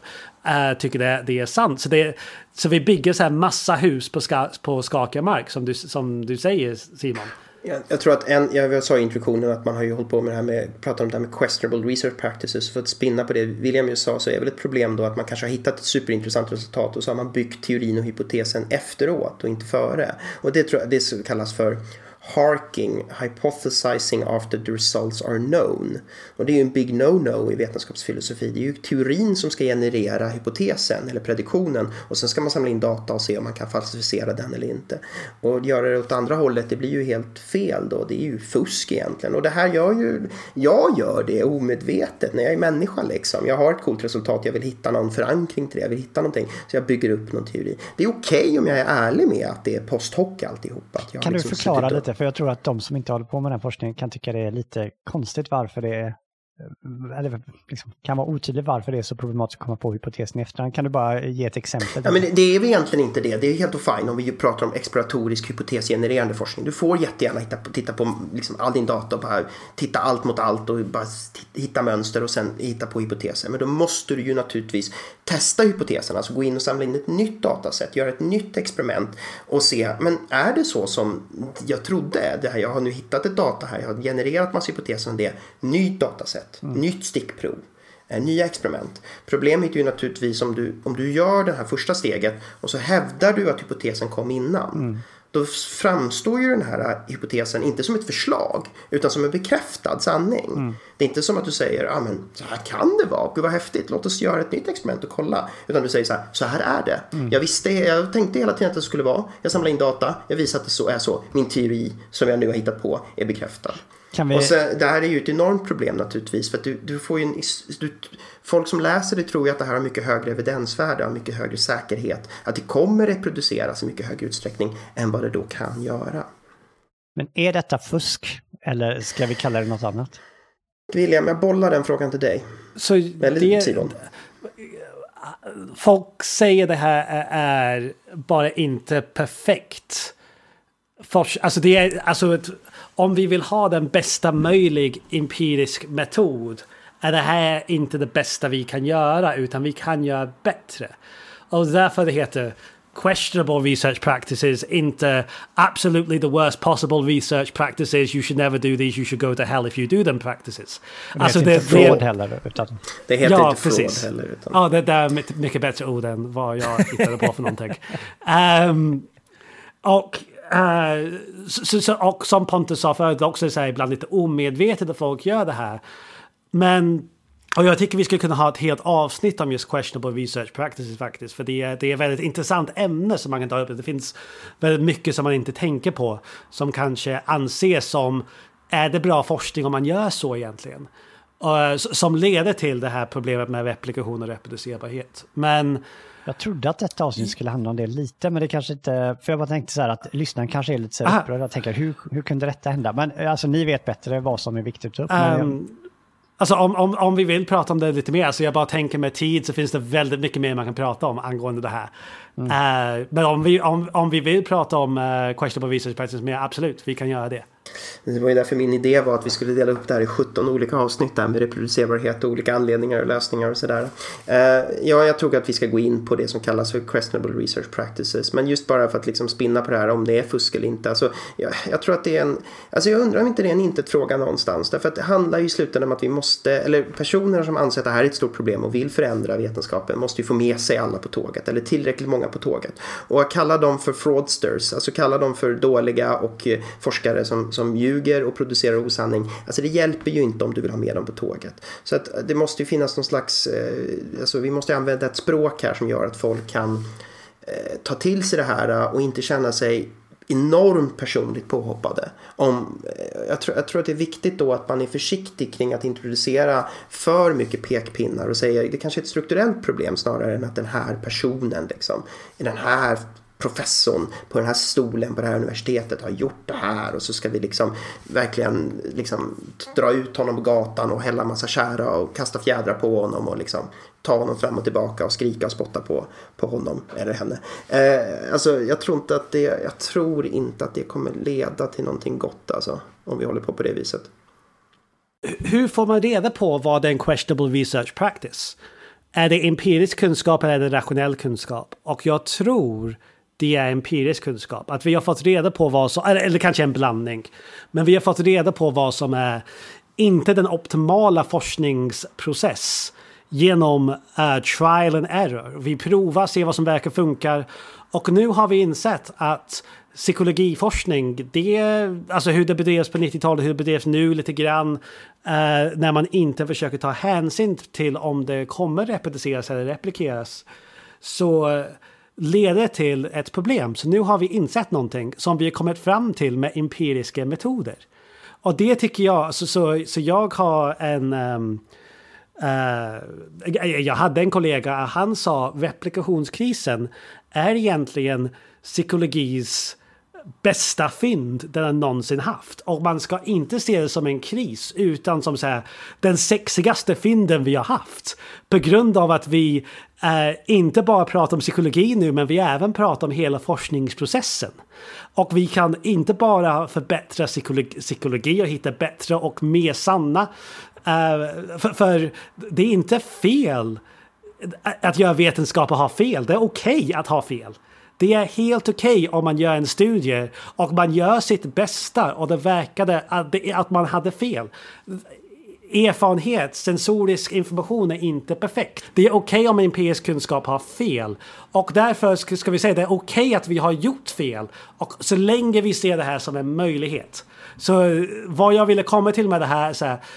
tycker det är sant. Så vi bygger så här massa hus på skakig mark som du säger, Simon. Jag tror att jag sa i introduktionen att man har ju hållit på med det här med, pratar om det här med questionable research practices, för att spinna på det William just sa, så är väl ett problem då att man kanske har hittat ett superintressant resultat och så har man byggt teorin och hypotesen efteråt och inte före. Och det tror jag det kallas för harking, hypothesizing after the results are known. Och det är ju en big no-no i vetenskapsfilosofi. Det är ju teorin som ska generera hypotesen eller prediktionen, och sen ska man samla in data och se om man kan falsificera den eller inte. Och göra det åt andra hållet, det blir ju helt fel då. Det är ju fusk egentligen. Och det här jag gör det omedvetet när jag är människa liksom. Jag har ett coolt resultat, jag vill hitta någon förankring till det, jag vill hitta någonting, så jag bygger upp någon teori. Det är okej om jag är ärlig med att det är post hoc alltihopa. Kan du förklara lite? För jag tror att de som inte håller på med den forskningen kan tycka det är lite konstigt varför det är, eller liksom, kan vara otydligt varför det är så problematiskt att komma på hypotesen i efterhand. Kan du bara ge ett exempel? Ja, men det är egentligen inte det. Det är helt fine om vi pratar om exploratorisk hypotesgenererande forskning. Du får jättegärna titta på liksom all din data och bara titta allt mot allt och bara hitta mönster och sen hitta på hypoteser. Men då måste du ju naturligtvis testa hypotesen, alltså gå in och samla in ett nytt dataset, göra ett nytt experiment och se, men är det så som jag trodde? Det här, jag har nu hittat ett data här, jag har genererat massa hypoteser om det, nytt dataset, nytt stickprov, nya experiment. Problemet är ju naturligtvis om du gör det här första steget och så hävdar du att hypotesen kom innan. Då framstår ju den här hypotesen inte som ett förslag utan som en bekräftad sanning. Det är inte som att du säger, men så här kan det vara, gud vad häftigt, låt oss göra ett nytt experiment och kolla. Utan du säger så här är det. Jag tänkte hela tiden att det skulle vara. Jag samlade in data, jag visade att det så är så. Min teori som jag nu har hittat på är bekräftad. Och så, det här är ju ett enormt problem naturligtvis, för att du får ju folk som läser det tror ju att det här har mycket högre evidensvärde och mycket högre säkerhet, att det kommer reproduceras i mycket högre utsträckning än vad det då kan göra. Men är detta fusk eller ska vi kalla det något annat? William, jag bollar den frågan till dig. Så folk säger det här är bara inte perfekt. Om vi vill ha den bästa möjlig empirisk metod är det här inte det bästa vi kan göra, utan vi kan göra bättre. Och därför det heter questionable research practices, inte absolutely the worst possible research practices, you should never do these, you should go to hell if you do them practices. Alltså det fraud heller. Det heter inte fraud heller. Utan. Ja, det är mycket bättre ord än vad jag hittade på för någonting. Och som Pontus sa förut, också så här, ibland lite omedvetet att folk gör det här. Och jag tycker vi skulle kunna ha ett helt avsnitt om just questionable research practices faktiskt. För det är ett väldigt intressant ämne som man kan ta upp. Det finns väldigt mycket som man inte tänker på, som kanske anses som, är det bra forskning om man gör så egentligen? som leder till det här problemet med replikation och reproducerbarhet. Men jag trodde att detta avsnitt skulle handla om det lite, men det kanske inte, för jag bara tänkte så här att lyssnaren kanske är lite så här upprörd. Jag tänker, hur kunde detta hända? Men alltså, ni vet bättre vad som är viktigt att ta upp. Alltså om vi vill prata om det lite mer, så jag bara tänker med tid så finns det väldigt mycket mer man kan prata om angående det här. Men om vi vill prata om questionable research practices mer, absolut, vi kan göra det. Det var ju därför min idé var att vi skulle dela upp det här i 17 olika avsnitt där med reproducerbarhet och olika anledningar och lösningar och sådär. Jag tror att vi ska gå in på det som kallas för questionable research practices, men just bara för att liksom spinna på det här om det är fusk eller inte. Alltså, jag tror att det är jag undrar om inte det är en inte-fråga någonstans, därför att det handlar ju i slutändan om att vi måste, eller personer som anser att det här är ett stort problem och vill förändra vetenskapen måste ju få med sig alla på tåget, eller tillräckligt många på tåget. Och att kalla dem för fraudsters, alltså kalla dem för dåliga och forskare som ljuger och producerar osanning, alltså det hjälper ju inte om du vill ha med dem på tåget. Så att det måste ju finnas någon slags, alltså vi måste använda ett språk här som gör att folk kan ta till sig det här och inte känna sig enormt personligt påhoppade. Jag tror att det är viktigt då att man är försiktig kring att introducera för mycket pekpinnar och säga det kanske är ett strukturellt problem snarare än att den här personen liksom, den här professorn på den här stolen på det här universitetet har gjort det här, och så ska vi liksom verkligen liksom dra ut honom på gatan och hälla massa kära och kasta fjädrar på honom och liksom ta honom fram och tillbaka och skrika och spotta på honom eller henne. Alltså jag tror inte att det kommer leda till någonting gott, alltså, om vi håller på det viset. Hur får man reda på vad är en questionable research practice? Är det empirisk kunskap eller är det rationell kunskap? Och jag tror det är empirisk kunskap. Att vi har fått reda på vad som, eller kanske en blandning, men vi har fått reda på vad som är inte den optimala forskningsprocess genom trial and error. Vi provar, ser vad som verkar funkar, och nu har vi insett att psykologiforskning, alltså hur det bedrevs på 90-talet, hur det bedrevs nu lite grann, när man inte försöker ta hänsyn till om det kommer reproduceras eller replikeras, så leder till ett problem. Så nu har vi insett någonting som vi har kommit fram till med empiriska metoder. Och det tycker jag, så jag har jag hade en kollega, han sa replikationskrisen är egentligen psykologis bästa fynd den har någonsin haft. Och man ska inte se det som en kris utan som så här, den sexigaste fynden vi har haft. På grund av att vi inte bara pratar om psykologi nu, men vi även pratar om hela forskningsprocessen. Och vi kan inte bara förbättra psykologi och hitta bättre och mer sanna. För det är inte fel att göra vetenskap och ha fel. Det är okej att ha fel. Det är helt okej om man gör en studie och man gör sitt bästa och det verkade att man hade fel. Erfarenhet, sensorisk information är inte perfekt. Det är okej om empirisk kunskap har fel. Och därför ska vi säga att det är okej att vi har gjort fel. Och så länge vi ser det här som en möjlighet. Så vad jag ville komma till med det här, så här,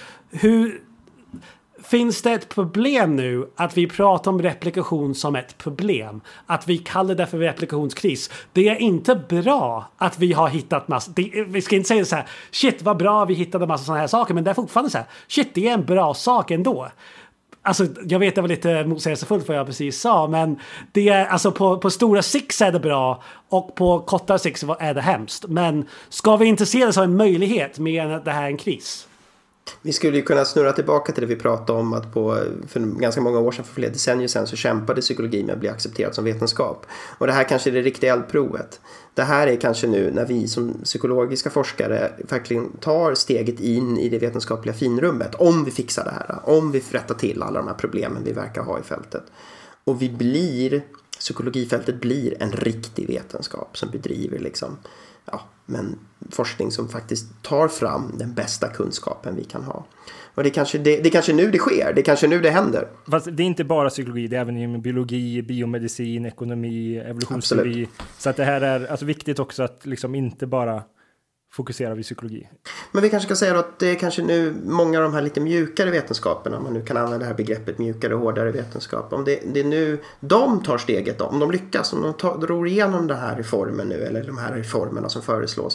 finns det ett problem nu att vi pratar om replikation som ett problem? Att vi kallar det för replikationskris. Det är inte bra att vi har hittat massa... Vi ska inte säga så här, shit vad bra vi hittade massa sådana här saker, men det är fortfarande så här, shit det är en bra sak ändå. Alltså jag vet det var lite motsägelsefullt vad jag precis sa, men det är, alltså på stora sikt är det bra och på kortare sikt är det hemskt. Men ska vi inte se det som en möjlighet med att det här är en kris? Vi skulle ju kunna snurra tillbaka till det vi pratade om, att för ganska många år sedan, för flera decennier sedan, så kämpade psykologi med att bli accepterat som vetenskap. Och det här kanske är det riktiga eldprovet. Det här är kanske nu när vi som psykologiska forskare verkligen tar steget in i det vetenskapliga finrummet. Om vi fixar det här, om vi rättar till alla de här problemen vi verkar ha i fältet. Och psykologifältet blir en riktig vetenskap som bedriver liksom, men forskning som faktiskt tar fram den bästa kunskapen vi kan ha. Och det är kanske nu det sker, det är kanske nu det händer. Fast det är inte bara psykologi, det är även inom biologi, biomedicin, ekonomi, evolutionsteori. Så att det här är alltså viktigt också att liksom inte bara fokuserar vi psykologi. Men vi kanske ska säga då att det är kanske nu många av de här lite mjukare vetenskaperna, om man nu kan använda det här begreppet mjukare och hårdare vetenskap, om det är nu de tar steget då, om de lyckas, om de ror igenom den här reformen nu, eller de här reformerna som föreslås,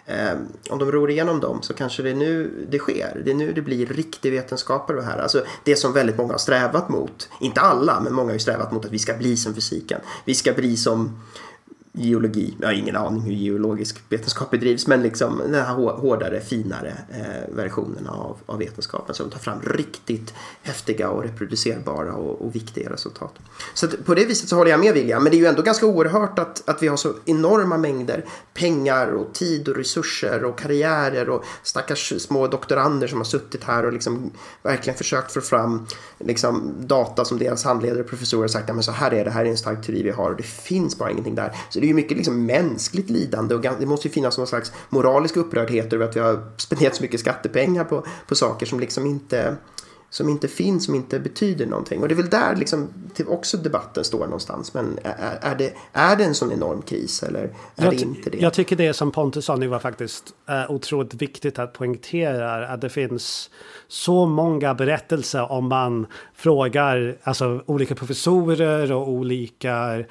om de ror igenom dem, så kanske det är nu det sker. Det är nu det blir riktig vetenskap av det här. Alltså det som väldigt många har strävat mot, inte alla, men många har ju strävat mot att vi ska bli som fysiken. Vi ska bli som geologi. Jag har ingen aning hur geologisk vetenskap bedrivs, men liksom den här hårdare, finare versionerna av vetenskapen som tar fram riktigt häftiga och reproducerbara och viktiga resultat. Så att på det viset så håller jag med William, men det är ju ändå ganska oerhört att vi har så enorma mängder pengar och tid och resurser och karriärer och stackars små doktorander som har suttit här och liksom verkligen försökt få fram liksom data som deras handledare och professorer har sagt, men så här är det, här är en stark teori vi har och det finns bara ingenting där. Så det är ju mycket liksom mänskligt lidande och det måste ju finnas någon slags moralisk upprördhet över att vi har spenderat så mycket skattepengar på saker som liksom inte finns, som inte betyder någonting. Och det är väl där liksom också debatten står någonstans. Men är det en sån enorm kris eller är det inte det? Jag tycker det som Pontus sa nu var faktiskt otroligt viktigt att poängtera, att det finns så många berättelser om man frågar alltså olika professorer och olika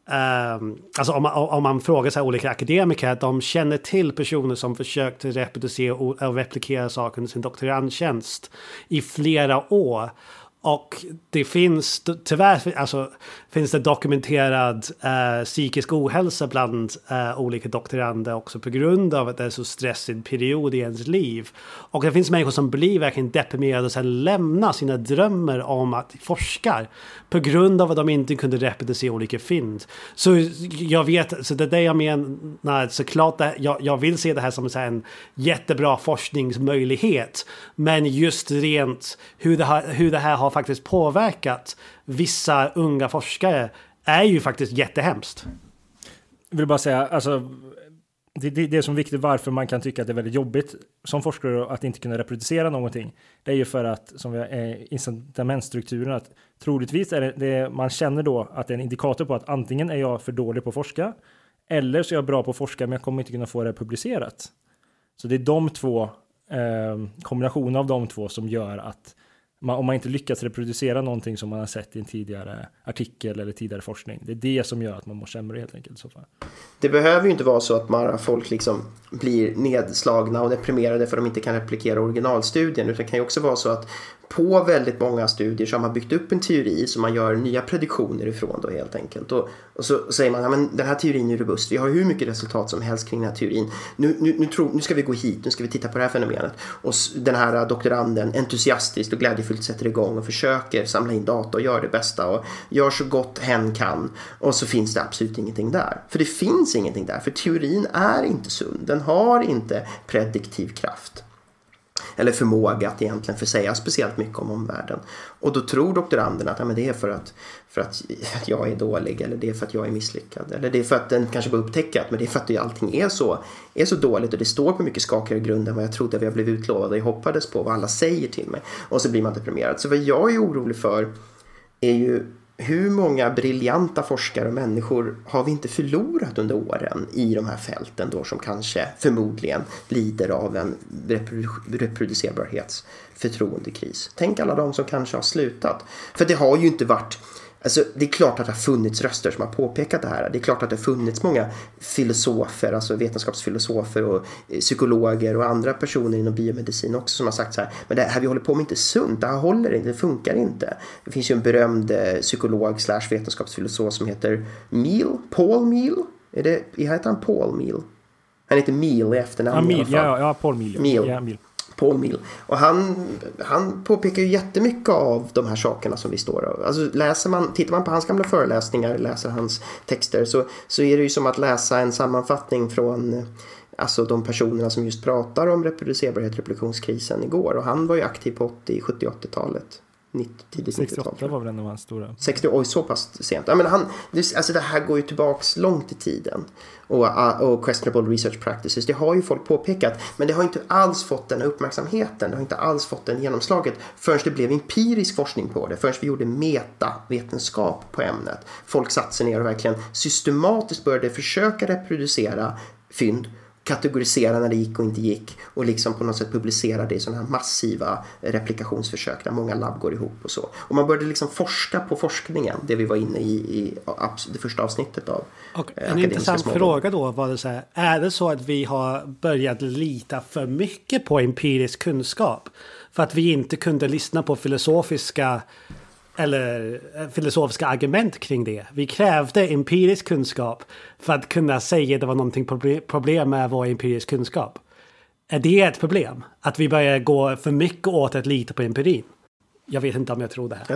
alltså om man frågar sig olika akademiker, att de känner till personer som försökte reproducera och replikera saker under sin doktorandtjänst i flera år. Och det finns tyvärr finns det dokumenterad psykisk ohälsa bland olika doktorander också på grund av att det är så stressig period i ens liv. Och det finns människor som blir verkligen deprimerade och sen lämnar sina drömmar om att forska på grund av att de inte kunde reproducera olika fynd. Så jag vet, så det är det jag menar, såklart jag vill se det här som en jättebra forskningsmöjlighet, men just rent hur det här har faktiskt påverkat vissa unga forskare är ju faktiskt jättehemskt. Jag vill bara säga, alltså det är som viktigt varför man kan tycka att det är väldigt jobbigt som forskare att inte kunna reproducera någonting. Det är ju för att, som vi är incitamentstrukturen, att troligtvis är det man känner då att det är en indikator på att antingen är jag för dålig på att forska, eller så är jag bra på att forska men jag kommer inte kunna få det publicerat. Så det är de två, kombinationen av de två som gör att om man inte lyckas reproducera någonting som man har sett i en tidigare artikel eller tidigare forskning. Det är det som gör att man mår sämre helt enkelt. Så fall. Det behöver ju inte vara så att folk liksom blir nedslagna och deprimerade för att de inte kan replikera originalstudien. Utan det kan ju också vara så att på väldigt många studier så har man byggt upp en teori som man gör nya prediktioner ifrån då helt enkelt. Och så säger man, ja, men den här teorin är robust. Vi har hur mycket resultat som helst kring den här teorin. Nu ska vi gå hit, nu ska vi titta på det här fenomenet. Och den här doktoranden entusiastiskt och glädjefullt sätter igång och försöker samla in data och gör det bästa och gör så gott hen kan. Och så finns det absolut ingenting där. För det finns ingenting där, för teorin är inte sund. Den har inte prediktiv kraft. Eller förmåga att egentligen försäga speciellt mycket om omvärlden. Och då tror doktoranderna att men det är för att jag är dålig, eller det är för att jag är misslyckad, eller det är för att den kanske var upptäckat, men det är för att allting är så dåligt och det står på mycket skakigare grund än vad jag trodde vi har blivit utlovade och jag hoppades på vad alla säger till mig. Och så blir man deprimerad. Så vad jag är orolig för är ju hur många briljanta forskare och människor har vi inte förlorat under åren i de här fälten då som kanske förmodligen lider av en reproducerbarhetsförtroendekris. Tänk alla de som kanske har slutat. För det har ju inte varit... Alltså, det är klart att det har funnits röster som har påpekat det här. Det är klart att det har funnits många filosofer, alltså vetenskapsfilosofer och psykologer och andra personer inom biomedicin också som har sagt så här, men det här vi håller på med inte är sunt, det här håller inte, det funkar inte. Det finns ju en berömd psykolog / vetenskapsfilosof som heter Paul Meal. Heter han Paul Meal? Han heter Meal i efternamn i alla fall. Ja, Paul Meal. Ja, Meal. Paul Meal. Och han påpekar ju jättemycket av de här sakerna som vi står av. Alltså tittar man på hans gamla föreläsningar, läser hans texter så är det ju som att läsa en sammanfattning från alltså de personerna som just pratar om reproducerbarhet, reproduktionskrisen igår. Och han var ju aktiv på 70- och 80-talet. 68 var väl en av hans stora. 60, så pass sent. Ja, men alltså det här går ju tillbaks långt i tiden. Och questionable research practices, det har ju folk påpekat, men det har inte alls fått den uppmärksamheten, det har inte alls fått den genomslaget förrän det blev empirisk forskning på det, förrän vi gjorde metavetenskap på ämnet. Folk satte sig ner och verkligen systematiskt började försöka reproducera fynd kategorisera när det gick och inte gick och liksom på något sätt publicera det i sådana här massiva replikationsförsök där många labb går ihop och så. Och man började liksom forska på forskningen, det vi var inne i det första avsnittet av en intressant fråga då var det så här, är det så att vi har börjat lita för mycket på empirisk kunskap för att vi inte kunde lyssna på filosofiska argument kring det? Vi krävde empirisk kunskap för att kunna säga att det var någonting problem med vår empirisk kunskap. Är det ett problem? Att vi börjar gå för mycket åt att lita på empirin? Jag vet inte om jag tror det här.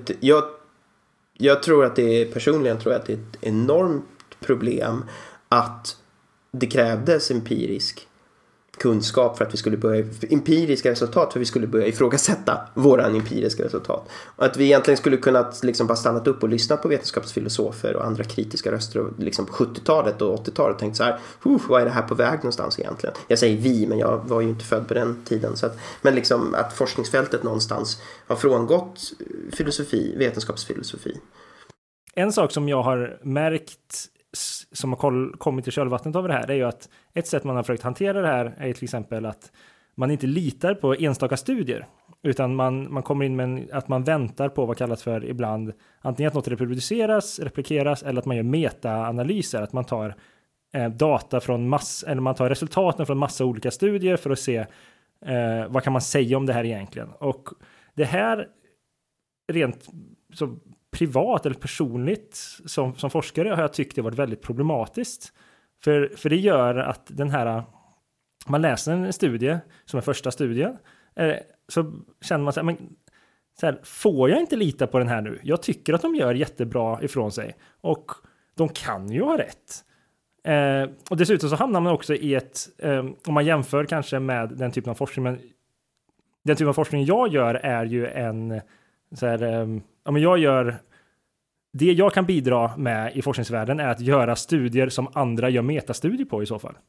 Jag tror att det är, personligen tror jag att det är ett enormt problem att det krävdes empirisk kunskap för att vi skulle börja, empiriska resultat för att vi skulle börja ifrågasätta våran empiriska resultat. Och att vi egentligen skulle kunna liksom bara stannat upp och lyssnat på vetenskapsfilosofer och andra kritiska röster och liksom på 70-talet och 80-talet tänkt så här, vad är det här på väg någonstans egentligen? Jag säger vi, men jag var ju inte född på den tiden. Så att, men liksom att forskningsfältet någonstans har frångått filosofi, vetenskapsfilosofi. En sak som jag har märkt som har kommit i kölvattnet av det här är ju att ett sätt man har försökt hantera det här är till exempel att man inte litar på enstaka studier utan man kommer in med att man väntar på vad kallas för ibland antingen att något replikeras eller att man gör metaanalyser, att man tar data från eller man tar resultaten från massa olika studier för att se vad kan man säga om det här egentligen. Och det här rent så privat eller personligt som forskare har jag tyckt det varit väldigt problematiskt. För det gör att den här, man läser en studie som är första studien, så känner man så här, får jag inte lita på den här nu? Jag tycker att de gör jättebra ifrån sig och de kan ju ha rätt. Och dessutom så hamnar man också i ett, om man jämför kanske med den typen av forskning, men den typen av forskning jag gör är ju en så här, men jag gör det jag kan bidra med i forskningsvärlden är att göra studier som andra gör metastudier på i så fall.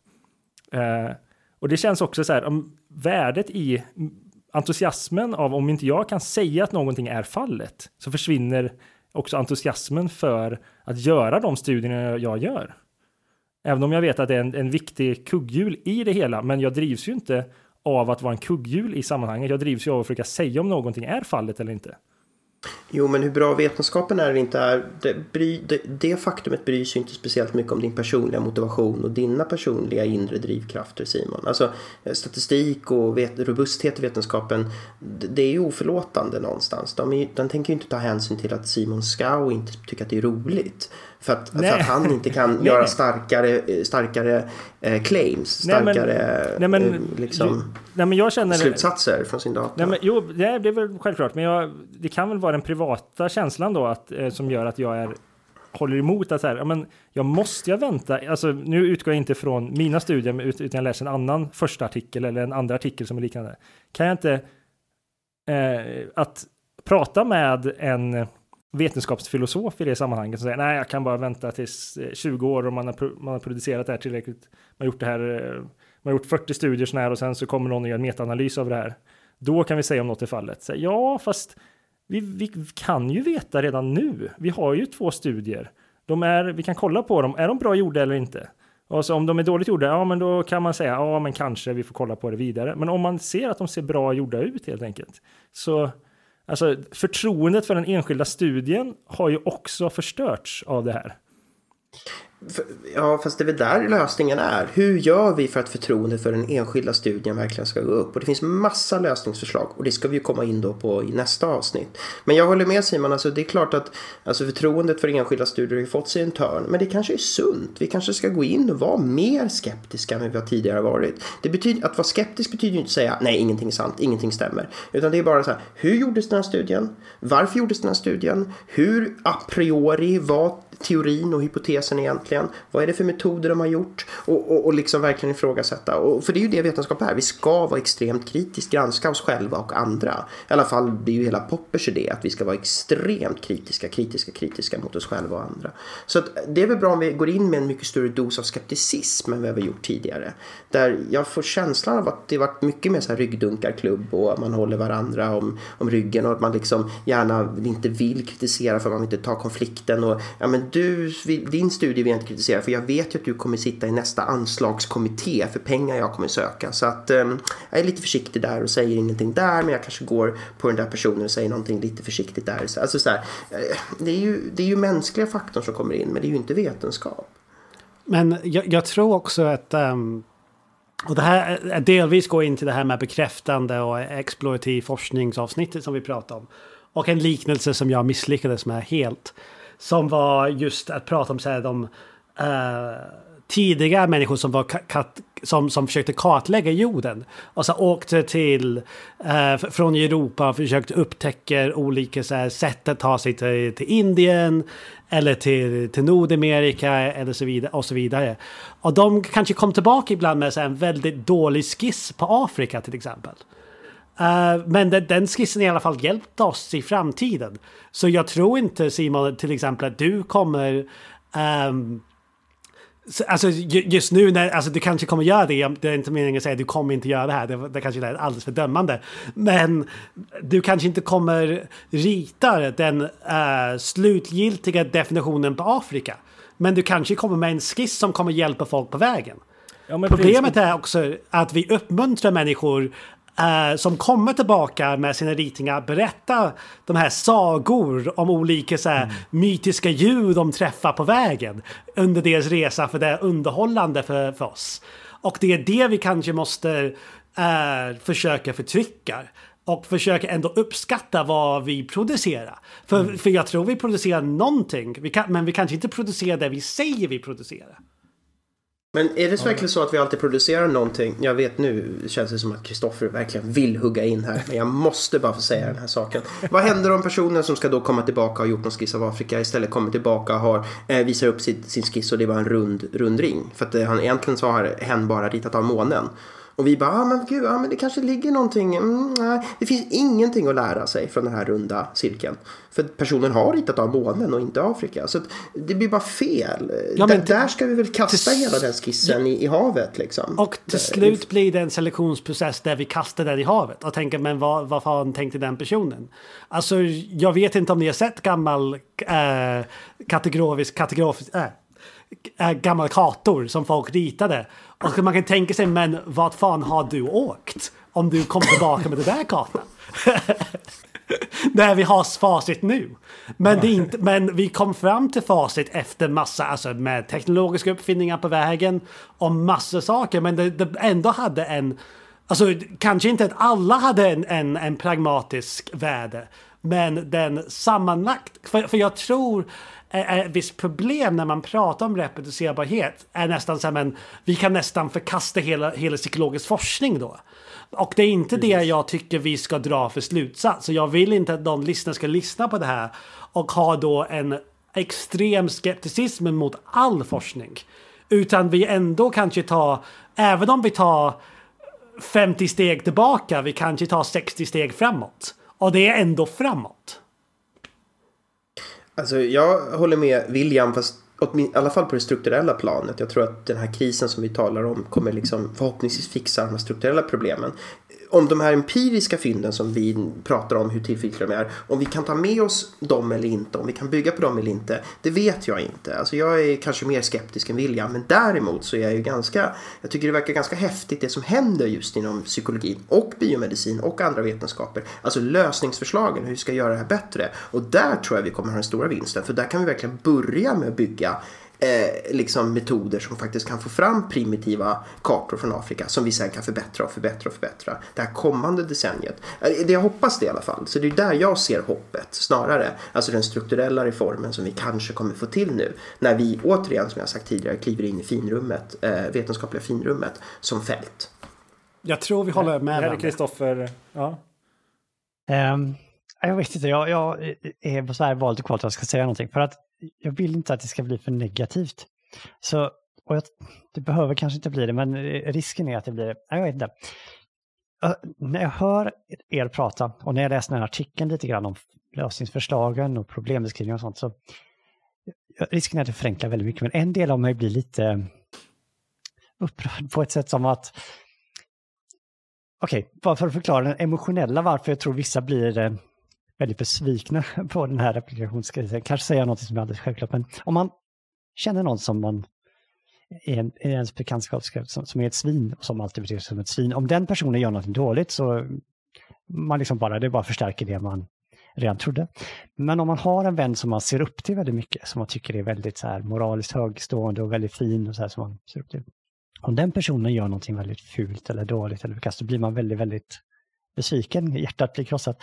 Och det känns också så här, om värdet i entusiasmen av om inte jag kan säga att någonting är fallet så försvinner också entusiasmen för att göra de studierna jag gör. Även om jag vet att det är en viktig kugghjul i det hela, men jag drivs ju inte av att vara en kugghjul i sammanhanget. Jag drivs ju av att försöka säga om någonting är fallet eller inte. Jo, men hur bra vetenskapen är eller inte är, det faktumet bryr sig inte speciellt mycket om din personliga motivation och dina personliga inre drivkrafter, Simon. Alltså statistik och robusthet i vetenskapen, det är ju oförlåtande någonstans. Den tänker ju inte ta hänsyn till att Simon Skow inte tycker att det är roligt. För att han inte kan göra starkare claims, slutsatser från sin data. Det är väl självklart, men det kan väl vara den privata känslan då att, som gör att jag håller emot att så här, jag vänta. Alltså, nu utgår jag inte från mina studier utan jag läser en annan första artikel eller en andra artikel som är liknande. Kan jag inte att prata med en vetenskapsfilosof i det sammanhanget som säger nej, jag kan bara vänta tills 20 år om man har producerat det här tillräckligt. Man har gjort 40 studier sån här och sen så kommer någon och gör en metaanalys av det här. Då kan vi säga om något är fallet. Så, ja, fast vi kan ju veta redan nu. Vi har ju 2 studier. Vi kan kolla på dem. Är de bra gjorda eller inte? Och så om de är dåligt gjorda, ja men då kan man säga ja men kanske vi får kolla på det vidare. Men om man ser att de ser bra gjorda ut helt enkelt. Så alltså förtroendet för den enskilda studien har ju också förstörts av det här. Ja, fast det är väl där lösningen är. Hur gör vi för att förtroendet för den enskilda studien verkligen ska gå upp? Och det finns massa lösningsförslag och det ska vi ju komma in då på i nästa avsnitt. Men jag håller med Simon, alltså det är klart att alltså förtroendet för enskilda studier har fått sig en törn. Men det kanske är sunt. Vi kanske ska gå in och vara mer skeptiska än vi har tidigare varit. Det betyder, att vara skeptisk betyder ju inte att säga nej, ingenting är sant, ingenting stämmer. Utan det är bara så här, hur gjordes den här studien? Varför gjordes den här studien? Hur a priori var teorin och hypotesen egentligen? Vad är det för metoder de har gjort? Och liksom verkligen ifrågasätta. Och för det är ju det vetenskap är. Vi ska vara extremt kritiskt, granska oss själva och andra. I alla fall, det är ju hela Poppers idé att vi ska vara extremt kritiska mot oss själva och andra. Så att det är väl bra om vi går in med en mycket större dos av skepticism än vad vi har gjort tidigare. Där jag får känslan av att det varit mycket mer så här ryggdunkarklubb och man håller varandra om ryggen och att man liksom gärna inte vill kritisera för att man inte tar konflikten och ja men din studie vill jag inte kritisera, för jag vet ju att du kommer sitta i nästa anslagskommitté för pengar jag kommer söka. Så att jag är lite försiktig där och säger ingenting där, men jag kanske går på den där personen och säger någonting lite försiktigt där. Alltså så här, det är ju mänskliga faktorn som kommer in, men det är ju inte vetenskap. Men jag tror också att och det här delvis går in till det här med bekräftande och explorativ forskningsavsnittet som vi pratade om. Och en liknelse som jag misslyckades med helt, som var just att prata om så här, de tidiga människor som var som försökte kartlägga jorden och så åkte till från Europa och försökte upptäcka olika så här, sätt att ta sig till Indien eller till Nordamerika eller så vidare och så vidare. Och de kanske kom tillbaka ibland med så här, en väldigt dålig skiss på Afrika till exempel. Men den skissen i alla fall hjälpt oss i framtiden. Så jag tror inte, Simon, till exempel att du kommer alltså just nu när, alltså du kanske kommer göra det är inte meningen att säga att du kommer inte göra det här, det kanske är alldeles för dömande, men du kanske inte kommer rita den slutgiltiga definitionen på Afrika, men du kanske kommer med en skiss som kommer hjälpa folk på vägen. Problemet är också att vi uppmuntrar människor som kommer tillbaka med sina ritningar, berätta de här sagor om olika så här, mytiska djur de träffar på vägen under deras resa, för det är underhållande för oss. Och det är det vi kanske måste försöka förtrycka och försöka ändå uppskatta vad vi producerar. För jag tror vi producerar någonting, men vi kanske inte producerar det vi säger vi producerar. Men är det verkligen så att vi alltid producerar någonting? Jag vet, nu känns det som att Kristoffer verkligen vill hugga in här. Men jag måste bara få säga den här saken. Vad händer om personen som ska då komma tillbaka och ha gjort någon skiss av Afrika istället kommer tillbaka och visar upp sin skiss och det var en rund ring? För att han egentligen så har hen bara ritat av månen. Och vi bara, men det kanske ligger någonting. Nej, det finns ingenting att lära sig från den här runda cirkeln. För personen har ritat av månen och inte Afrika. Så det blir bara fel. Ja, där ska vi väl kasta hela den skissen i havet liksom. Och till slut blir det en selektionsprocess där vi kastar den i havet. Och tänker, men vad fan tänkte den personen? Alltså, jag vet inte om ni har sett gammal gamla kartor som folk ritade. Och man kan tänka sig, men vad fan har du åkt om du kommer tillbaka med den där kartan? Där vi har facit nu. Men, det är inte, men vi kom fram till facit efter massa, alltså med teknologiska uppfinningar på vägen och massa saker. Men det ändå hade en, alltså kanske inte att alla hade en pragmatisk värde, men den sammanlagt, för jag tror ett visst problem när man pratar om reproducerbarhet är nästan så här, men vi kan nästan förkasta hela psykologisk forskning då. Och det är inte det jag tycker vi ska dra för slutsats. Så jag vill inte att de lyssnare ska lyssna på det här och ha då en extrem skepticism mot all forskning. Utan vi ändå kanske även om vi tar 50 steg tillbaka, vi kanske tar 60 steg framåt. Och det är ändå framåt. Alltså jag håller med William, fast i alla fall på det strukturella planet. Jag tror att den här krisen som vi talar om kommer liksom förhoppningsvis fixa de här strukturella problemen. Om de här empiriska fynden som vi pratar om, hur tillförlitliga de är, om vi kan ta med oss dem eller inte, om vi kan bygga på dem eller inte, det vet jag inte. Alltså jag är kanske mer skeptisk än William, men däremot så är jag ju jag tycker det verkar ganska häftigt det som händer just inom psykologi och biomedicin och andra vetenskaper. Alltså lösningsförslagen, hur vi ska göra det här bättre. Och där tror jag vi kommer ha den stora vinsten, för där kan vi verkligen börja med att bygga liksom metoder som faktiskt kan få fram primitiva kartor från Afrika som vi sen kan förbättra det här kommande decenniet. Jag hoppas det i alla fall. Så det är där jag ser hoppet snarare. Alltså den strukturella reformen som vi kanske kommer få till nu när vi återigen, som jag sagt tidigare, kliver in i finrummet, vetenskapliga finrummet som fält. Jag tror vi håller med. Här är Kristoffer. Ja. Jag vet inte, jag är så här valt och kvalt att jag ska säga någonting. För att jag vill inte att det ska bli för negativt. Så, det behöver kanske inte bli det, men risken är att det blir det. Jag vet inte. När jag hör er prata och när jag läser den här artikeln lite grann om lösningsförslagen och problembeskrivningar och sånt, så risken är att det förenklar väldigt mycket. Men en del av mig blir lite upprörd på ett sätt som att bara för att förklara den emotionella varför jag tror vissa blir väldigt besvikna på den här replikationskrisen. Kanske säger jag något som är alldeles självklart, men om man känner någon som man i ens bekantskapskrets som är ett svin och som alltid beter sig som ett svin. Om den personen gör något dåligt så man liksom det bara förstärker det man redan trodde. Men om man har en vän som man ser upp till väldigt mycket, som man tycker är väldigt så här moraliskt högstående och väldigt fin och så här som man ser upp till. Om den personen gör någonting väldigt fult eller dåligt eller förkastat, så blir man väldigt, väldigt besviken. Hjärtat blir krossat.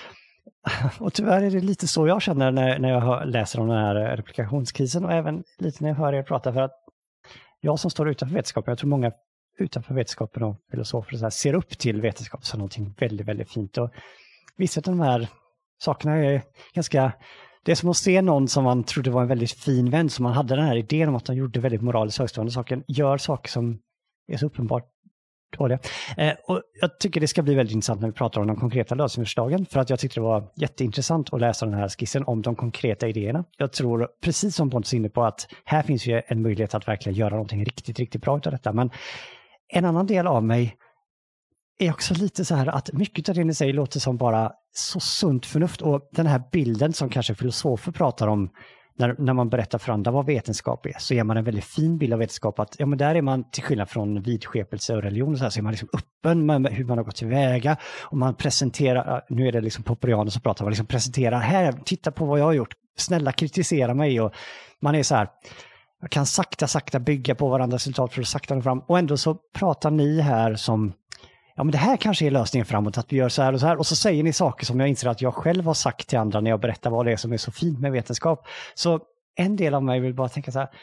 Och tyvärr är det lite så jag känner när jag läser om den här replikationskrisen och även lite när jag hör er prata, för att jag som står utanför vetenskapen, jag tror många utanför vetenskapen och filosofer så här, ser upp till vetenskap som någonting väldigt, väldigt fint. Och vissa av de här sakerna är ganska... Det är som att se någon som man trodde var en väldigt fin vän, som man hade den här idén om att de gjorde väldigt moraliskt högstående saker, gör saker som är så uppenbart dåliga. Och jag tycker det ska bli väldigt intressant när vi pratar om de konkreta lösningsförslagen, för att jag tyckte det var jätteintressant att läsa den här skissen om de konkreta idéerna. Jag tror, precis som Pontus är inne på, att här finns ju en möjlighet att verkligen göra någonting riktigt, riktigt bra av detta. Men en annan del av mig är också lite så här att mycket av det ni säger låter som bara så sunt förnuft, och den här bilden som kanske filosofer pratar om när man berättar för andra vad vetenskap är, så ger man en väldigt fin bild av vetenskap, att ja, men där är man till skillnad från vidskepelse och religion och så är man liksom öppen med hur man har gått tillväga, och man presenterar, nu är det liksom popperianer som pratar, man liksom presenterar, här, titta på vad jag har gjort, snälla kritisera mig, och man är så här, jag kan sakta bygga på varandras resultat för att sakta nå fram, och ändå så pratar ni här som ja, men det här kanske är lösningen framåt, att vi gör så här, och så säger ni saker som jag inser att jag själv har sagt till andra när jag berättar vad det är som är så fint med vetenskap. Så en del av mig vill bara tänka så här,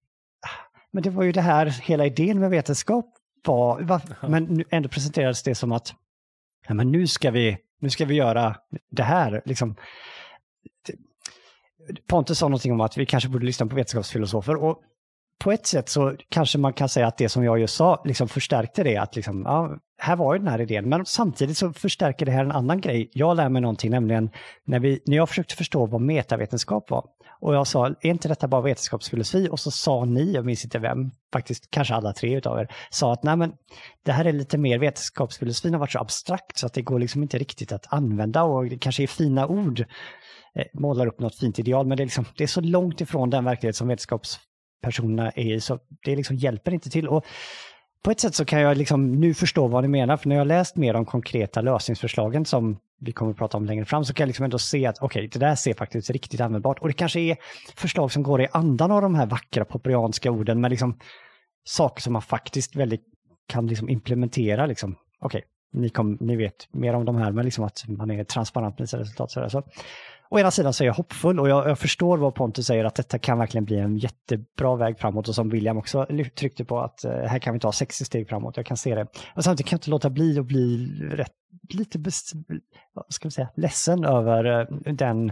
men det var ju det här, hela idén med vetenskap var, men ändå presenterades det som att ja, men nu ska vi göra det här, liksom. Pontus sa någonting om att vi kanske borde lyssna på vetenskapsfilosofer, och på ett sätt så kanske man kan säga att det som jag just sa liksom förstärkte det, att liksom, ja, här var ju den här idén, men samtidigt så förstärker det här en annan grej. Jag lär mig någonting, nämligen när jag försökte förstå vad metavetenskap var, och jag sa, är inte detta bara vetenskapsfilosofi? Och så sa ni, jag minns inte vem, faktiskt kanske alla tre utav er, sa att nej, men det här är lite mer, vetenskapsfilosofin har varit så abstrakt så att det går liksom inte riktigt att använda, och det kanske är fina ord, målar upp något fint ideal, men det är så långt ifrån den verklighet som vetenskapspersonerna är i, så det liksom hjälper inte till. Och på ett sätt så kan jag liksom nu förstå vad ni menar, för när jag har läst mer om konkreta lösningsförslagen som vi kommer att prata om längre fram, så kan jag liksom ändå se att okej, det där ser faktiskt riktigt användbart, och det kanske är förslag som går i andan av de här vackra popperianska orden, med liksom saker som man faktiskt väldigt kan liksom implementera liksom. Okej, ni vet mer om de här, men liksom att man är transparent med sina resultat. Så. Å ena sidan så är jag hoppfull, och jag förstår vad Pontus säger, att detta kan verkligen bli en jättebra väg framåt, och som William också tryckte på, att här kan vi ta 60 steg framåt, jag kan se det. Och samtidigt kan jag inte låta bli att bli lite ledsen över den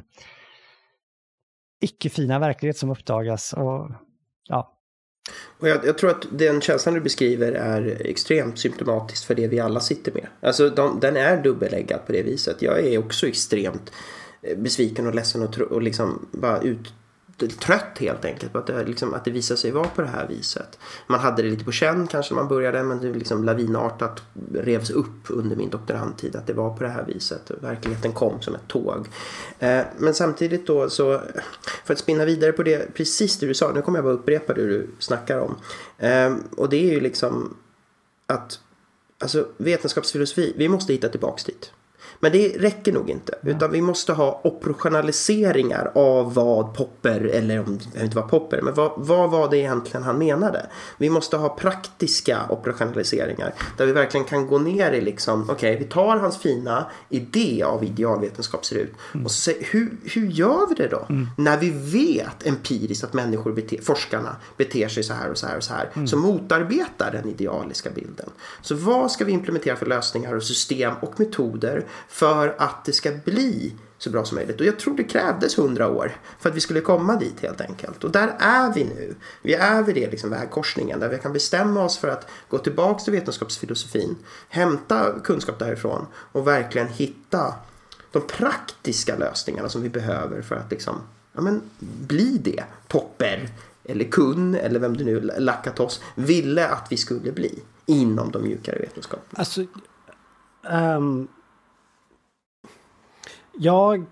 icke-fina verklighet som uppdagas. Och ja. Och jag tror att den känslan du beskriver är extremt symptomatisk för det vi alla sitter med. Alltså den är dubbeläggad på det viset. Jag är också extremt besviken och ledsen och liksom bara trött helt enkelt på att det visar sig vara på det här viset. Man hade det lite på känn kanske när man började, men det liksom lavinartat revs upp under min doktorandtid att det var på det här viset. Verkligheten kom som ett tåg. Men samtidigt då, så för att spinna vidare på det, precis det du sa, nu kommer jag bara upprepa det du snackar om. Och det är ju liksom att alltså vetenskapsfilosofi, vi måste hitta tillbaks dit. Men det räcker nog inte, utan vi måste ha operationaliseringar av vad Popper, eller om det inte var Popper, men vad var det egentligen han menade? Vi måste ha praktiska operationaliseringar där vi verkligen kan gå ner i liksom, okej, vi tar hans fina idé av idealvetenskap ser ut och så säger, hur gör vi det då? När vi vet empiriskt att forskarna beter sig så här och så här och så här, så motarbetar den idealiska bilden. Så vad ska vi implementera för lösningar och system och metoder för att det ska bli så bra som möjligt? Och jag tror det krävdes 100 år för att vi skulle komma dit helt enkelt. Och där är vi nu. Vi är vid det liksom vägkorsningen där vi kan bestämma oss för att gå tillbaka till vetenskapsfilosofin, hämta kunskap därifrån och verkligen hitta de praktiska lösningarna som vi behöver för att liksom, bli det Popper eller Kuhn eller vem det nu Lakatos ville att vi skulle bli inom de mjukare vetenskaperna. Alltså, Jag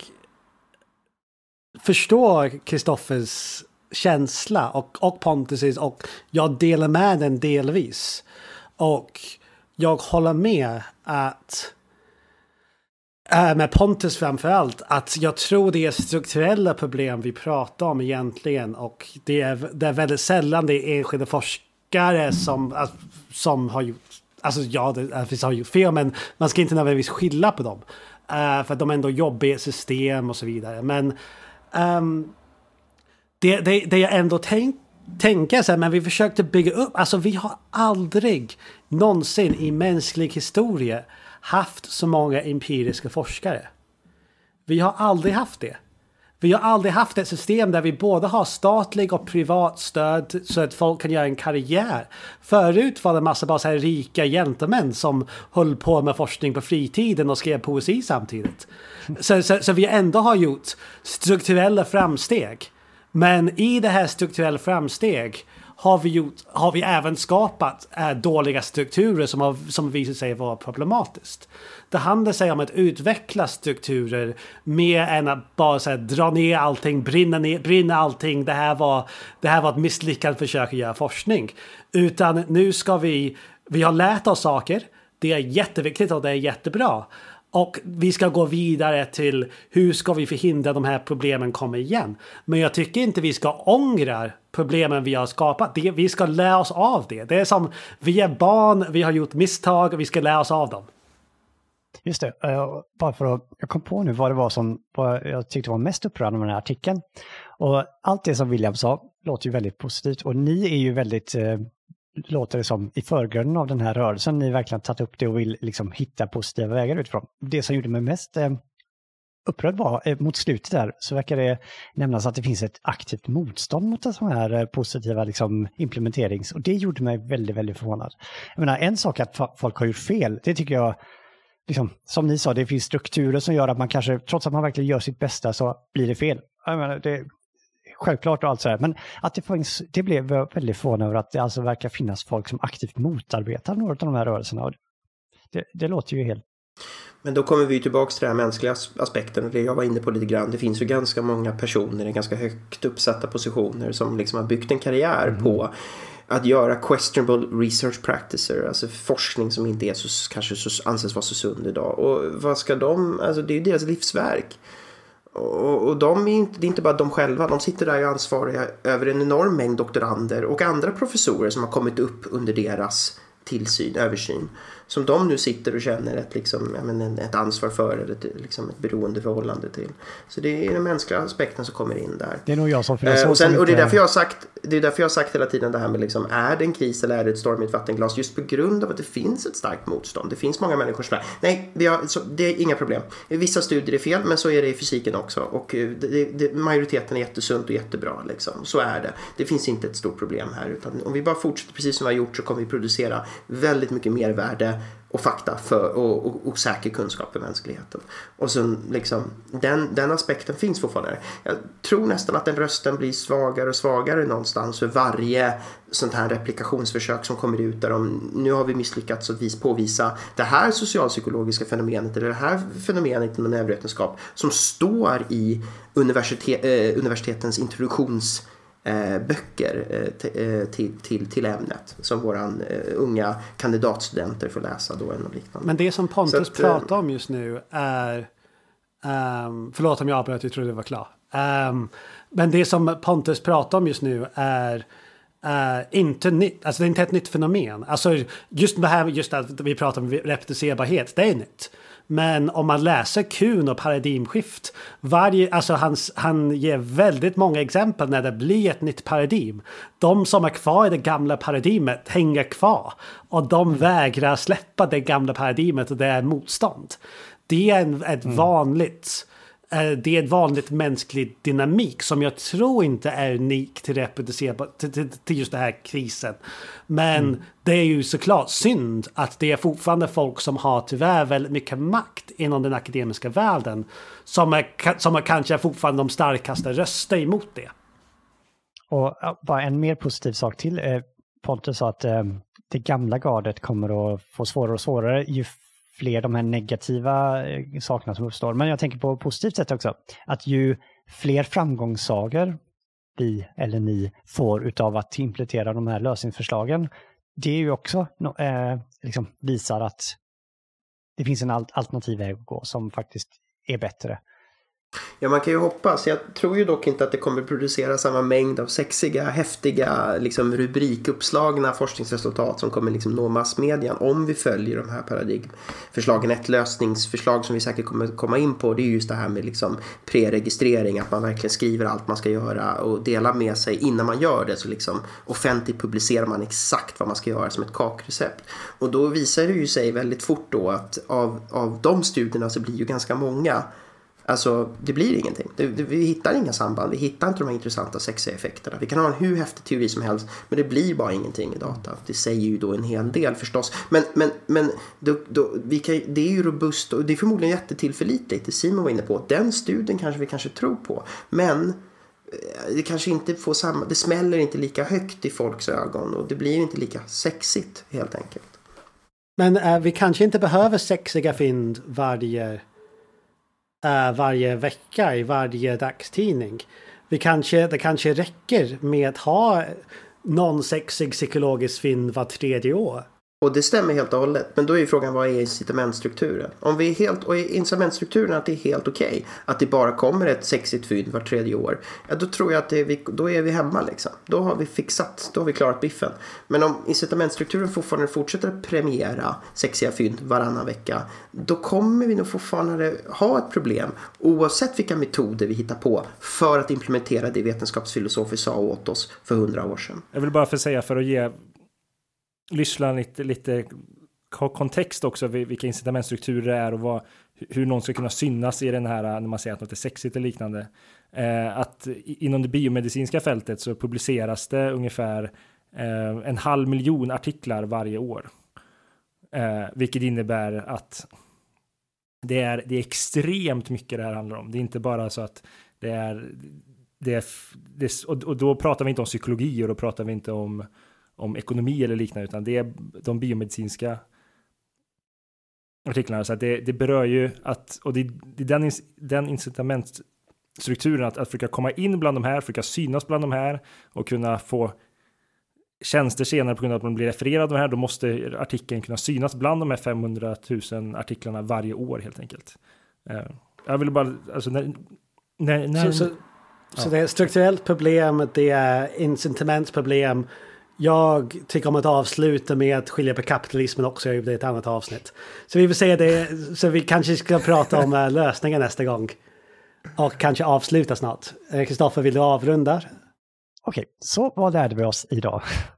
förstår Kristoffers känsla och Pontus, och jag delar med den delvis. Och jag håller med att med Pontus framförallt, att jag tror det är strukturella problem vi pratar om egentligen, och det är väldigt sällan det är enskilda forskare som har gjort, alltså ja, det har gjort fel, men man ska inte nödvändigtvis skylla på dem för att de ändå jobbar i ett system och så vidare. Men det jag ändå tänker så här, men vi försökte bygga upp, alltså vi har aldrig någonsin i mänsklig historia haft så många empiriska forskare. Vi har aldrig haft det. Vi har aldrig haft ett system där vi både har statlig och privat stöd så att folk kan göra en karriär. Förut var det en massa bara så här rika gentlemän som höll på med forskning på fritiden och skrev poesi samtidigt. Så vi ändå har gjort strukturella framsteg. Men i det här strukturella framsteg har vi även skapat dåliga strukturer som visar sig vara problematiskt. Det handlar sig om att utveckla strukturer mer än att bara så här, dra ner allting, brinna allting. Det här var ett misslyckat försök att göra forskning. Utan nu ska vi har lärt oss saker. Det är jätteviktigt och det är jättebra. Och vi ska gå vidare till hur ska vi förhindra de här problemen kommer igen. Men jag tycker inte vi ska ångra problemen vi har skapat. Vi ska lära oss av det. Det är som, vi är barn, vi har gjort misstag och vi ska lära oss av dem. Just det, bara för att jag kom på nu vad det var som jag tyckte var mest upprörande med den här artikeln. Och allt det som William sa låter ju väldigt positivt. Och ni är ju väldigt... låter det som i förgrunden av den här rörelsen. Ni verkligen tagit upp det och vill liksom hitta positiva vägar utifrån. Det som gjorde mig mest upprörd var mot slutet där, så verkar det nämnas att det finns ett aktivt motstånd mot en sån här positiva liksom, implementerings. Och det gjorde mig väldigt, väldigt förvånad. Jag menar, en sak att folk har gjort fel, det tycker jag, liksom, som ni sa, det finns strukturer som gör att man kanske, trots att man verkligen gör sitt bästa, så blir det fel. Jag menar, det självklart och allt så här. Men att det blev väldigt förvånande över att det alltså verkar finnas folk som aktivt motarbetar några av de här rörelserna. Och det låter ju helt... Men då kommer vi tillbaka till den här mänskliga aspekten, och det jag var inne på lite grann. Det finns ju ganska många personer i ganska högt uppsatta positioner som liksom har byggt en karriär på att göra questionable research practices, alltså forskning som inte är så, kanske så, anses vara så sund idag. Och vad ska de, alltså det är ju deras livsverk. Och det är inte bara de själva, de sitter där och är ansvariga över en enorm mängd doktorander och andra professorer som har kommit upp under deras översyn, som de nu sitter och känner ett ansvar för, eller ett beroendeförhållande till. Så det är den mänskliga aspekten som kommer in där. Det är nog jag som och det är därför jag har sagt hela tiden det här med är det en kris eller är det ett storm i ett vattenglas, just på grund av att det finns ett starkt motstånd. Det finns många människor som det är inga problem. Vissa studier är fel, men så är det i fysiken också, och majoriteten är jättesunt och jättebra så är det. Det finns inte ett stort problem här, utan om vi bara fortsätter precis som vi har gjort så kommer vi producera väldigt mycket mervärde och fakta och säker kunskap för mänskligheten. Och så den aspekten finns fortfarande. Jag tror nästan att den rösten blir svagare och svagare någonstans för varje sånt här replikationsförsök som kommer ut där nu har vi misslyckats att påvisa det här socialpsykologiska fenomenet eller det här fenomenet inom neurovetenskap som står i universitetens introduktions böcker till ämnet som våran unga kandidatstudenter får läsa då eller liknande. Men det som Pontus pratar om just nu är förlåt om jag avbröt, jag trodde det var klar. Men det som Pontus pratar om just nu är inte nytt, alltså det är inte ett nytt fenomen. Alltså just att vi pratar om reproducerbarhet, det är nytt. Men om man läser Kuhn och paradigmskift, han ger väldigt många exempel när det blir ett nytt paradigm. De som är kvar i det gamla paradigmet hänger kvar, och de vägrar släppa det gamla paradigmet, och det är motstånd. Det är ett vanligt mänsklig dynamik som jag tror inte är unik till till just den här krisen. Men det är ju såklart synd att det är fortfarande folk som har tyvärr väldigt mycket makt inom den akademiska världen som är kanske fortfarande de starkaste röster emot det. Och bara en mer positiv sak till. Pontus sa att det gamla gardet kommer att få svårare och svårare ju fler de här negativa sakerna som uppstår. Men jag tänker på positivt sätt också. Att ju fler framgångssagor vi eller ni får utav att implementera de här lösningsförslagen, det är ju också liksom visar att det finns en alternativ väg att gå som faktiskt är bättre. Ja, man kan ju hoppas. Jag tror ju dock inte att det kommer producera samma mängd av sexiga, häftiga, liksom rubrikuppslagna forskningsresultat som kommer liksom nå massmedian om vi följer de här paradigmförslagen. Ett lösningsförslag som vi säkert kommer komma in på, det är just det här med liksom preregistrering, att man verkligen skriver allt man ska göra och delar med sig innan man gör det, så liksom offentligt publicerar man exakt vad man ska göra som ett kakrecept. Och då visar det ju sig väldigt fort då att av de studierna så blir ju ganska många. Alltså, det blir ingenting. Vi hittar inga samband. Vi hittar inte de här intressanta sexiga effekterna. Vi kan ha en hur häftig teori som helst, men det blir bara ingenting i data. Det säger ju då en hel del förstås. Men det är ju robust och det är förmodligen jättetillförlitligt. Det Simon var inne på. Den studien kanske vi tror på. Men det kanske inte får samma... Det smäller inte lika högt i folks ögon och det blir inte lika sexigt helt enkelt. Men vi kanske inte behöver sexiga fynd varje vecka i varje dagstidning. Det kanske räcker med att ha någon sexig psykologisk fynd var 3:e år. Och det stämmer helt och hållet. Men då är ju frågan, vad är incitamentstrukturen? Om vi är helt, och incitamentstrukturen att det är helt okej, att det bara kommer ett sexigt fynd var 3:e år, ja, då tror jag att då är vi hemma liksom. Då har vi fixat, då har vi klarat biffen. Men om incitamentstrukturen fortfarande fortsätter att premiera sexiga fynd varannan vecka, då kommer vi nog fortfarande ha ett problem oavsett vilka metoder vi hittar på för att implementera det vetenskapsfilosofer sa åt oss för 100 år sedan. Jag vill bara säga för att ge lyssna lite kontext också, vilka incitamentstrukturer det är och hur någon ska kunna synas i den här, när man säger att något är sexigt eller liknande. Att inom det biomedicinska fältet så publiceras det ungefär 500 000 artiklar varje år. Vilket innebär att det är extremt mycket det här handlar om. Det är inte bara så att och då pratar vi inte om psykologi och då pratar vi inte om ekonomi eller liknande, utan det är de biomedicinska artiklarna. Så att det berör ju att, och det är den incitamentstrukturen att försöka komma in bland de här, försöka synas bland de här och kunna få tjänster senare på grund av att man blir refererad av de här. Då måste artikeln kunna synas bland de här 500 000 artiklarna varje år helt enkelt. Jag vill bara, alltså Så det är ett strukturellt problem, det är incitamentsproblem. Jag tycker om att avsluta med att skilja på kapitalismen också. Det är ett annat avsnitt. Så vi vill säga det. Så vi kanske ska prata om lösningar nästa gång. Och kanske avsluta snart. Kristoffer, vill du avrunda? Okej, så vad lärde vi oss idag?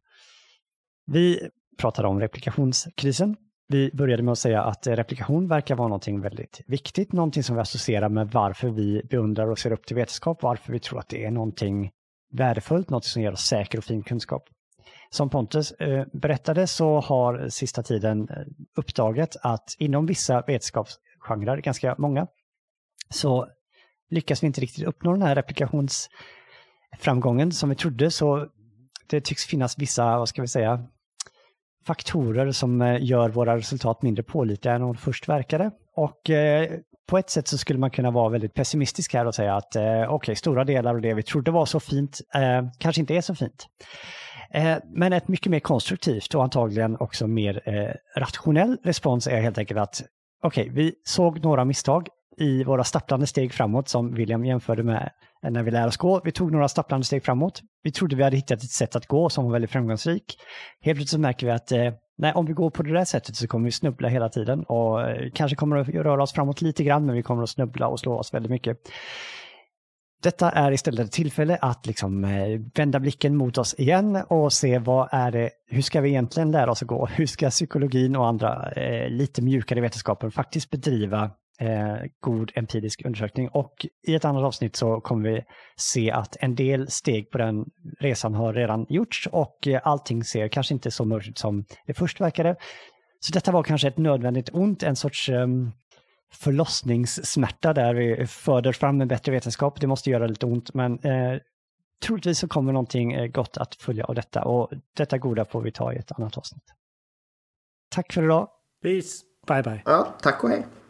Vi pratade om replikationskrisen. Vi började med att säga att replikation verkar vara någonting väldigt viktigt. Någonting som vi associerar med varför vi beundrar och ser upp till vetenskap. Varför vi tror att det är någonting värdefullt. Något som ger oss säker och fin kunskap. Som Pontus berättade så har sista tiden uppdaget att inom vissa vetenskapsgenrer, ganska många, så lyckas vi inte riktigt uppnå den här replikationsframgången som vi trodde. Så det tycks finnas vissa, faktorer som gör våra resultat mindre pålitliga än de först verkade. Och på ett sätt så skulle man kunna vara väldigt pessimistisk här och säga att stora delar av det vi trodde var så fint kanske inte är så fint. Men ett mycket mer konstruktivt och antagligen också mer rationell respons är helt enkelt att vi såg några misstag i våra stapplande steg framåt som William jämförde med när vi lär oss gå. Vi tog några stapplande steg framåt. Vi trodde vi hade hittat ett sätt att gå som var väldigt framgångsrik. Helt plötsligt så märker vi att om vi går på det där sättet så kommer vi snubbla hela tiden och kanske kommer att röra oss framåt lite grann, men vi kommer att snubbla och slå oss väldigt mycket. Detta är istället ett tillfälle att vända blicken mot oss igen och se hur ska vi egentligen lära oss att gå? Hur ska psykologin och andra lite mjukare vetenskaper faktiskt bedriva god empirisk undersökning? Och i ett annat avsnitt så kommer vi se att en del steg på den resan har redan gjorts och allting ser kanske inte så mörkt ut som det först verkade. Så detta var kanske ett nödvändigt ont, en sorts förlossningssmärta där vi föder fram en bättre vetenskap. Det måste göra lite ont, men troligtvis så kommer någonting gott att följa av detta, och detta goda får vi ta i ett annat avsnitt. Tack för idag. Peace. Bye bye. Ja, tack och hej.